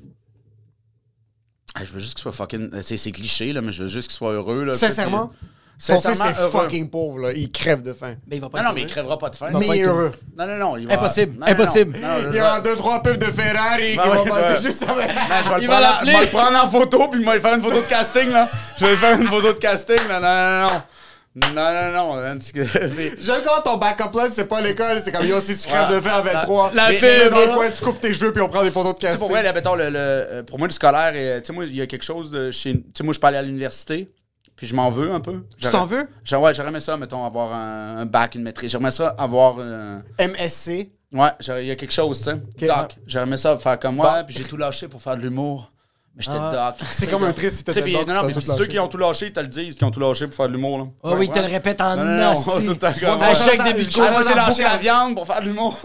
Ah, je veux juste qu'ils soient fucking. C'est cliché, là, mais je veux juste qu'ils soient heureux, là. Sincèrement? Puis- Ton fils Sincèrement, est heureux. fucking pauvre, là. Il crève de faim. Mais il va pas Non, être non, mais il heureux. crèvera pas de faim. Mais il est heureux. Non, non, non. Il va... Impossible, Non, non, non. impossible. Non, non, je Il vais- y a 2-3 pubs de Ferrari qui Ben vont ouais, passer ben- juste avec. Man, je vais Il va l'appeler. le prendre en photo, puis il va lui faire une photo de casting, là. Je vais lui faire une photo de casting, là. Non, non, non. Non, non, non. Man, mais- J'aime quand ton backup plan, c'est pas l'école, c'est comme yo, si tu crèves Ouais. de faim à 23, La tu pub, mets dans le là. coin, tu coupes tes cheveux, puis on prend des photos de Tu sais, casting. pour vrai, là, mettons, pour moi, le scolaire, tu sais, moi, il y a quelque chose de chez. Tu sais, moi, je peux aller à l'université, puis je m'en veux un peu. Tu t'en veux? Ouais, j'aurais aimé ça, mettons, avoir un bac, une maîtrise. J'aimerais ça avoir. MSC. Ouais, il y a quelque chose, tu sais. Doc. J'aurais aimé ça faire comme moi, puis j'ai tout lâché pour faire de l'humour. Mais j'étais doc. C'est comme un triste si Tu sais, t'étais puis, doc, non, non, t'as mais tout puis lâché. ceux qui ont tout lâché, ils te le disent, qui ont tout lâché pour faire de l'humour, là. Oh oui, il te le répète en Non, non, non, nasty. tout le temps comme- À chaque début de Ah, cours. Ah, moi, j'ai dans le lâché la boucan. viande pour faire de l'humour.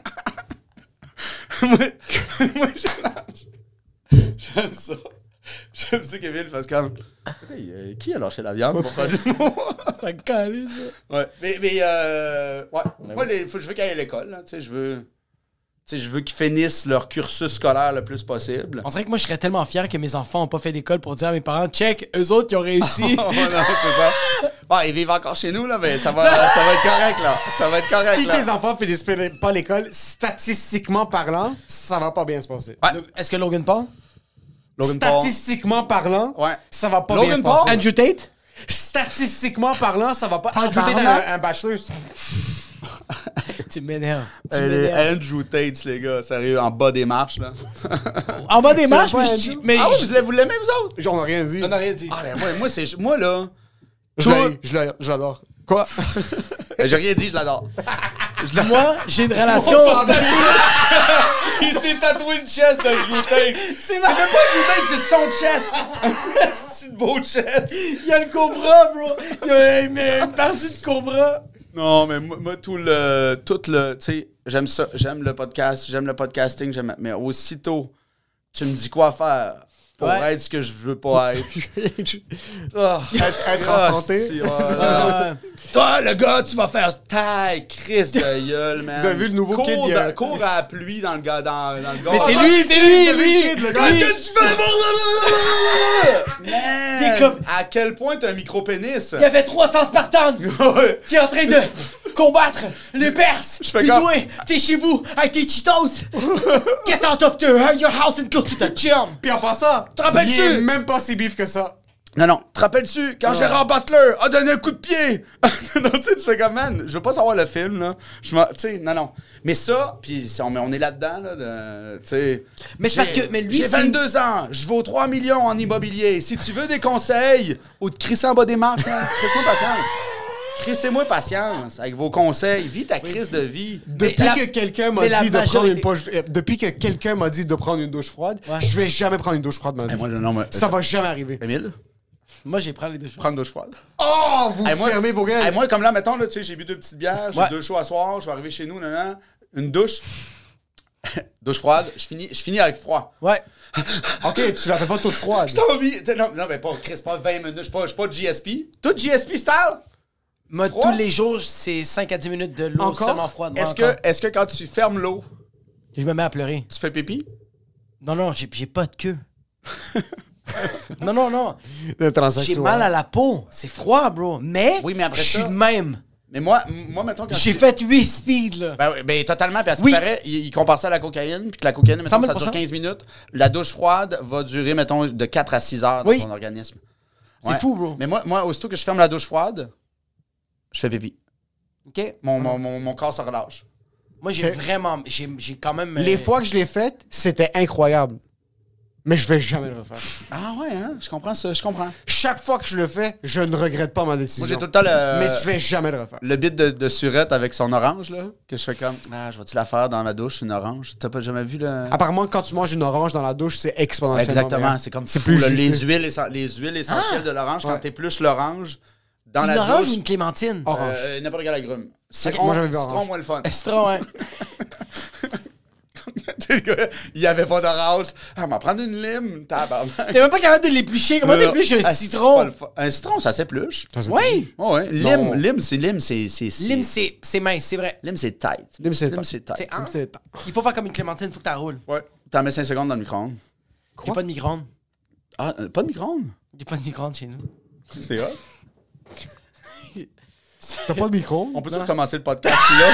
moi, j'ai lâché. J'aime ça. J'aime ça, Kevin, parce que qui a lâché la viande pour faire de l'humour? Ça calé, ça. Ouais. Mais ouais. Moi, je veux qu'ils aillent à l'école, là. Tu sais, je veux qu'ils finissent leur cursus scolaire le plus possible. On dirait que moi, je serais tellement fier que mes enfants n'ont pas fait l'école pour dire à mes parents, check, eux autres, ils ont réussi. Oh, non, c'est ça. Ouais, ils vivent encore chez nous, là, mais ça va être correct, là. Ça va être correct, Si là. tes enfants finissent pas l'école, statistiquement parlant, ça va pas bien se passer. Ouais. Est-ce que Logan Paul? Logan Paul. Statistiquement parlant, Ouais. ça va pas Logan bien se Paul? passer. Andrew Tate? Statistiquement parlant, ça va pas. Andrew Tate Tabarnak. a un bachelor's. Tu m'énerves. Tu m'énerves. Andrew Tate, les gars, sérieux, en bas des marches, là. En bas des marches, pas mais Andrew? mais Ah oui, vous l'aimez, vous autres? On a rien dit. on n'a rien dit. Ah, ben, moi, là, Je l'adore. Quoi? j'ai rien dit, je l'adore. Moi, j'ai une relation. Il s'est tatoué une chest d'Andrew Tate. C'est C'est même pas Andrew Tate, c'est son chest. C'est de beau chest. Il y a le cobra, bro. Il y a une partie de cobra. Non, mais moi tout le, tu sais, j'aime ça, j'aime le podcast, j'aime le podcasting, mais aussitôt, tu me dis quoi faire, pour Ouais. être ce que je veux pas être. Être en santé. Toi, le gars, tu vas faire taille, Chris de gueule, man. Vous avez vu le nouveau cours kid, il y a- cours à la pluie dans le gars, dans le gars. Mais c'est lui! le gars. Qu'est-ce que tu fais, man? Il est comme- À quel point t'as un micro-pénis? Il y avait 300 Spartans Ouais. qui est en train de combattre les Perses. Je fais Puis comme- toi, t'es chez vous avec tes Cheetos. Get out of your house and go to the gym. Puis enfin ça, Te rappelles-tu? il est même pas si bif que ça. Non, te rappelles-tu, quand Gérard Butler a donné un coup de pied? Non, tu sais, tu fais comme, man, je veux pas savoir le film, là. Tu sais, non. Mais ça, puis on est là-dedans, là, tu sais. Mais c'est parce que- mais lui, J'ai c'est- 22 ans, je vaux 3 millions en immobilier. Si tu veux des conseils, ou de crisser en bas des marches, hein, crisse-moi patience. Crissez-moi patience avec vos conseils. Vis ta crise de vie. Depuis la- que quelqu'un m'a mais la dit de prendre majorité- une poche, depuis que quelqu'un m'a dit de prendre une douche froide, Ouais. je vais jamais prendre une douche froide de ma vie. Moi, non, mais... Ça va jamais arriver. Émile, Moi, j'ai pris les deux choses. prends une douche froide. Oh, vous Hey, moi- fermez vos gueules. Hey, moi, comme là, mettons, là, tu sais, j'ai bu 2 petites bières, j'ai Ouais. 2 shows à soir, je vais arriver chez nous, une douche. Douche froide, je finis avec froid. Ouais. Ok, tu la fais pas toute froide. T'as envie? Non, mais pas, Chris, pas 20 minutes, je suis pas GSP. Tout GSP style? Moi, Froid? tous les jours, c'est 5 à 10 minutes de l'eau Encore? seulement froide. Moi, Est-ce encore. que quand tu fermes l'eau, Je me mets à pleurer. tu fais pipi? Non, j'ai pas de queue. non. Le transsexuel. J'ai mal à la peau. C'est froid, bro. Mais, Oui, mais après je suis ça- de même. Mais moi mettons, quand J'ai tu- fait 8 speeds, là. Ben, oui, ben totalement, puis à ce Oui. qui paraît, il compare ça à la cocaïne, puis que la cocaïne, mettons, ça 100 000 dure 15 minutes. La douche froide va durer, mettons, de 4 à 6 heures dans Oui. ton organisme. C'est fou, bro. Mais moi, aussitôt que je ferme la douche froide, je fais pipi. OK? Mon corps se relâche. Moi, j'ai vraiment... J'ai quand même... Les fois que je l'ai faite, c'était incroyable. Mais je vais jamais le refaire. Ah ouais, hein? Je comprends ça, je comprends. Chaque fois que je le fais, je ne regrette pas ma décision. Moi, j'ai tout le temps Mais je vais jamais le refaire. le bit de surette avec son orange, là, que je fais comme, je vais-tu la faire dans ma douche, une orange? T'as pas jamais vu le... Apparemment, quand tu manges une orange dans la douche, c'est exponentiellement Exactement, meilleur. c'est comme C'est fou, plus là, juteux. les huiles essentielles de l'orange, quand Ouais. t'épluches l'orange dans Une la orange douche... ou une clémentine? Orange. N'importe quel agrume. moi, Citron, j'avais vu citron orange. moins le fun. Citron, hein? Tu sais, le gars, il y avait pas d'orange. M'en prendre une lime, tabarnak. T'es même pas capable de l'éplucher. Comment t'épluches un Ah, c'est pas citron? le fun. Un citron, ça s'épluche. Oui! Oh, ouais. Non. Lime, c'est... Lime, c'est mince, c'est vrai. Lime, c'est tight. Lime, c'est tight. tight. C'est un. C'est- Il faut faire comme une clémentine, faut que t'as roule. Ouais. T'en mets 5 secondes dans le micro-ondes. J'ai pas de micro-ondes. Ah, pas de micro-ondes? J'ai pas de micro-ondes chez nous. C'était hot. T'as pas de micro? On peut-tu recommencer le podcast là?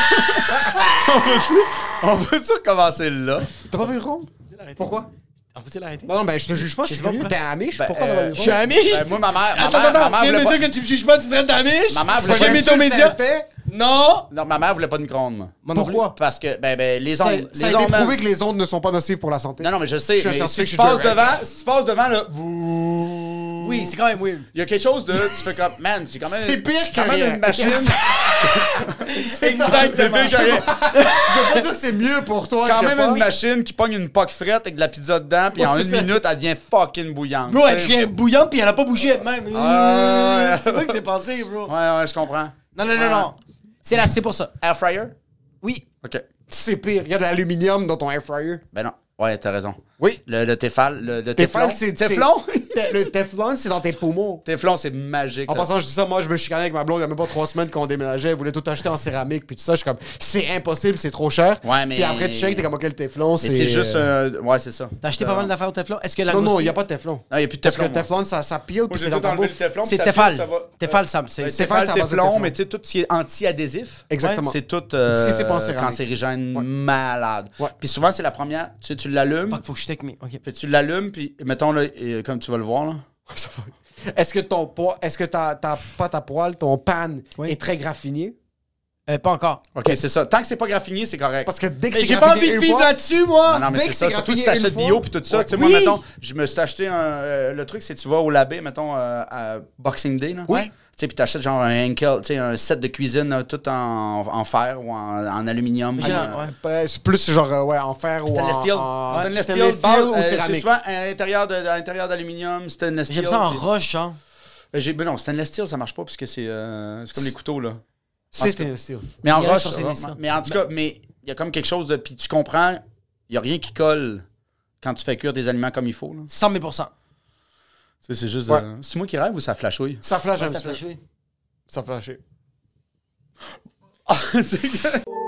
on peut-tu recommencer là? T'as pas de micro? Pourquoi? On peut-tu l'arrêter? Non, ben je te juge pas, je suis sais pas curieux. pourquoi. T'es amiche, Ben, pourquoi t'as pas de Je micro? suis amiche! Ben, moi, ma mère Attends, tu viens de me dire que tu me juges pas, tu me prends ta miche? Ma mère Tu voulait vas jamais pas- ton média? fait? Non! Non, ma mère voulait pas de micro-ondes. moi. Moi non Pourquoi? Parce que, les Ça, ondes... ça a les été ondes, prouvé que les ondes ne sont pas nocives pour la santé. Non, mais je sais, Je suis un mais si scientifique, tu je passes suis devant, là... Oui, c'est quand même weird. Il y a quelque chose de... Tu fais comme... Man, j'ai quand même... C'est pire que quand même rien. une machine... C'est ça. C'est pire que rien. Je veux pas dire que c'est mieux pour toi Quand que même pas. une machine qui pogne une poque frette avec de la pizza dedans, puis Ouais, en c'est une ça. minute, elle devient fucking bouillante. Bro, elle tu sais. devient bouillante pis elle a pas bougé elle-même. ouais. C'est vrai que c'est passé, bro. Ouais, je comprends. Non. C'est pour ça. Air fryer? Oui. OK. C'est pire. Il y a de l'aluminium dans ton air fryer. Ben non. Ouais, t'as raison. Oui. Le Tefal, le Teflon, Teflon. c'est... Teflon? Le Teflon, c'est dans tes poumons. Teflon, c'est magique. En là. passant, je dis ça, moi, je me chicanais avec ma blonde il y a même pas 3 semaines qu'on déménageait. Elle voulait tout acheter en céramique, puis tout ça. Je suis comme, c'est impossible, c'est trop cher. Ouais, mais- Puis après, tu checkes, t'es comme, ok, le Teflon, Mais c'est. c'est juste... ouais, c'est ça. T'as acheté pas mal d'affaires au Teflon? Est-ce que la Non, il n'y a pas de Teflon. Non, il n'y a plus de Parce Teflon. que Teflon, ça pile, Moi, puis j'ai c'est dans tout ta enlevé le bouffe. Teflon. C'est puis ça Tefal. pile, ça va. Tefal, ça. Tefal, Tefal, c'est à base de Teflon, Teflon. mais tu sais, tout ce qui est anti-adhésif. Exactement. C'est tout Si c'est pas en céramique. cancérigène malade. Ouais. Puis souvent, c'est la première. Tu l'allumes, Faut que je check mes. Ok. puis tu l'allumes, puis mettons, là, comme tu vas le voir, là. Est-ce que ta pâte à poêle, ton pan Oui. est très graffiné? Pas encore. OK, c'est ça. Tant que c'est pas graffiné, c'est correct. Parce que dès que Mais c'est j'ai pas graffiné envie de une vivre fois- là-dessus, moi! Non, mais dès c'est que ça. c'est Surtout si graffiné t'achètes une bio fois- puis tout ça. Ouais. Tu sais, moi, Oui. mettons, je me suis acheté le truc, c'est tu vas au labé, mettons, à Boxing Day, là. Oui. Tu sais, puis t'achètes genre un Henkel, tu sais, un set de cuisine tout en fer ou en aluminium. J'ai- comme, ouais. C'est plus genre, en fer ou Stainless en... steel. en- Stainless steel, stainless steel ou c'est céramique. souvent à l'intérieur d'aluminium, stainless steel. J'aime ça en puis- roche, genre. Ben non, stainless steel, ça marche pas parce que c'est comme les couteaux, là. C'est stainless steel. Mais en Il y en a roche, qui sont stainless steel. mais en tout cas, mais il y a comme quelque chose de... Puis tu comprends, il y a rien qui colle quand tu fais cuire des aliments comme il faut, là. 100 000%. C'est juste... Ouais. c'est moi qui rêve ou ça flashouille? Ça flash un Ça petit peu. flash, oui. Ça flashait. C'est que-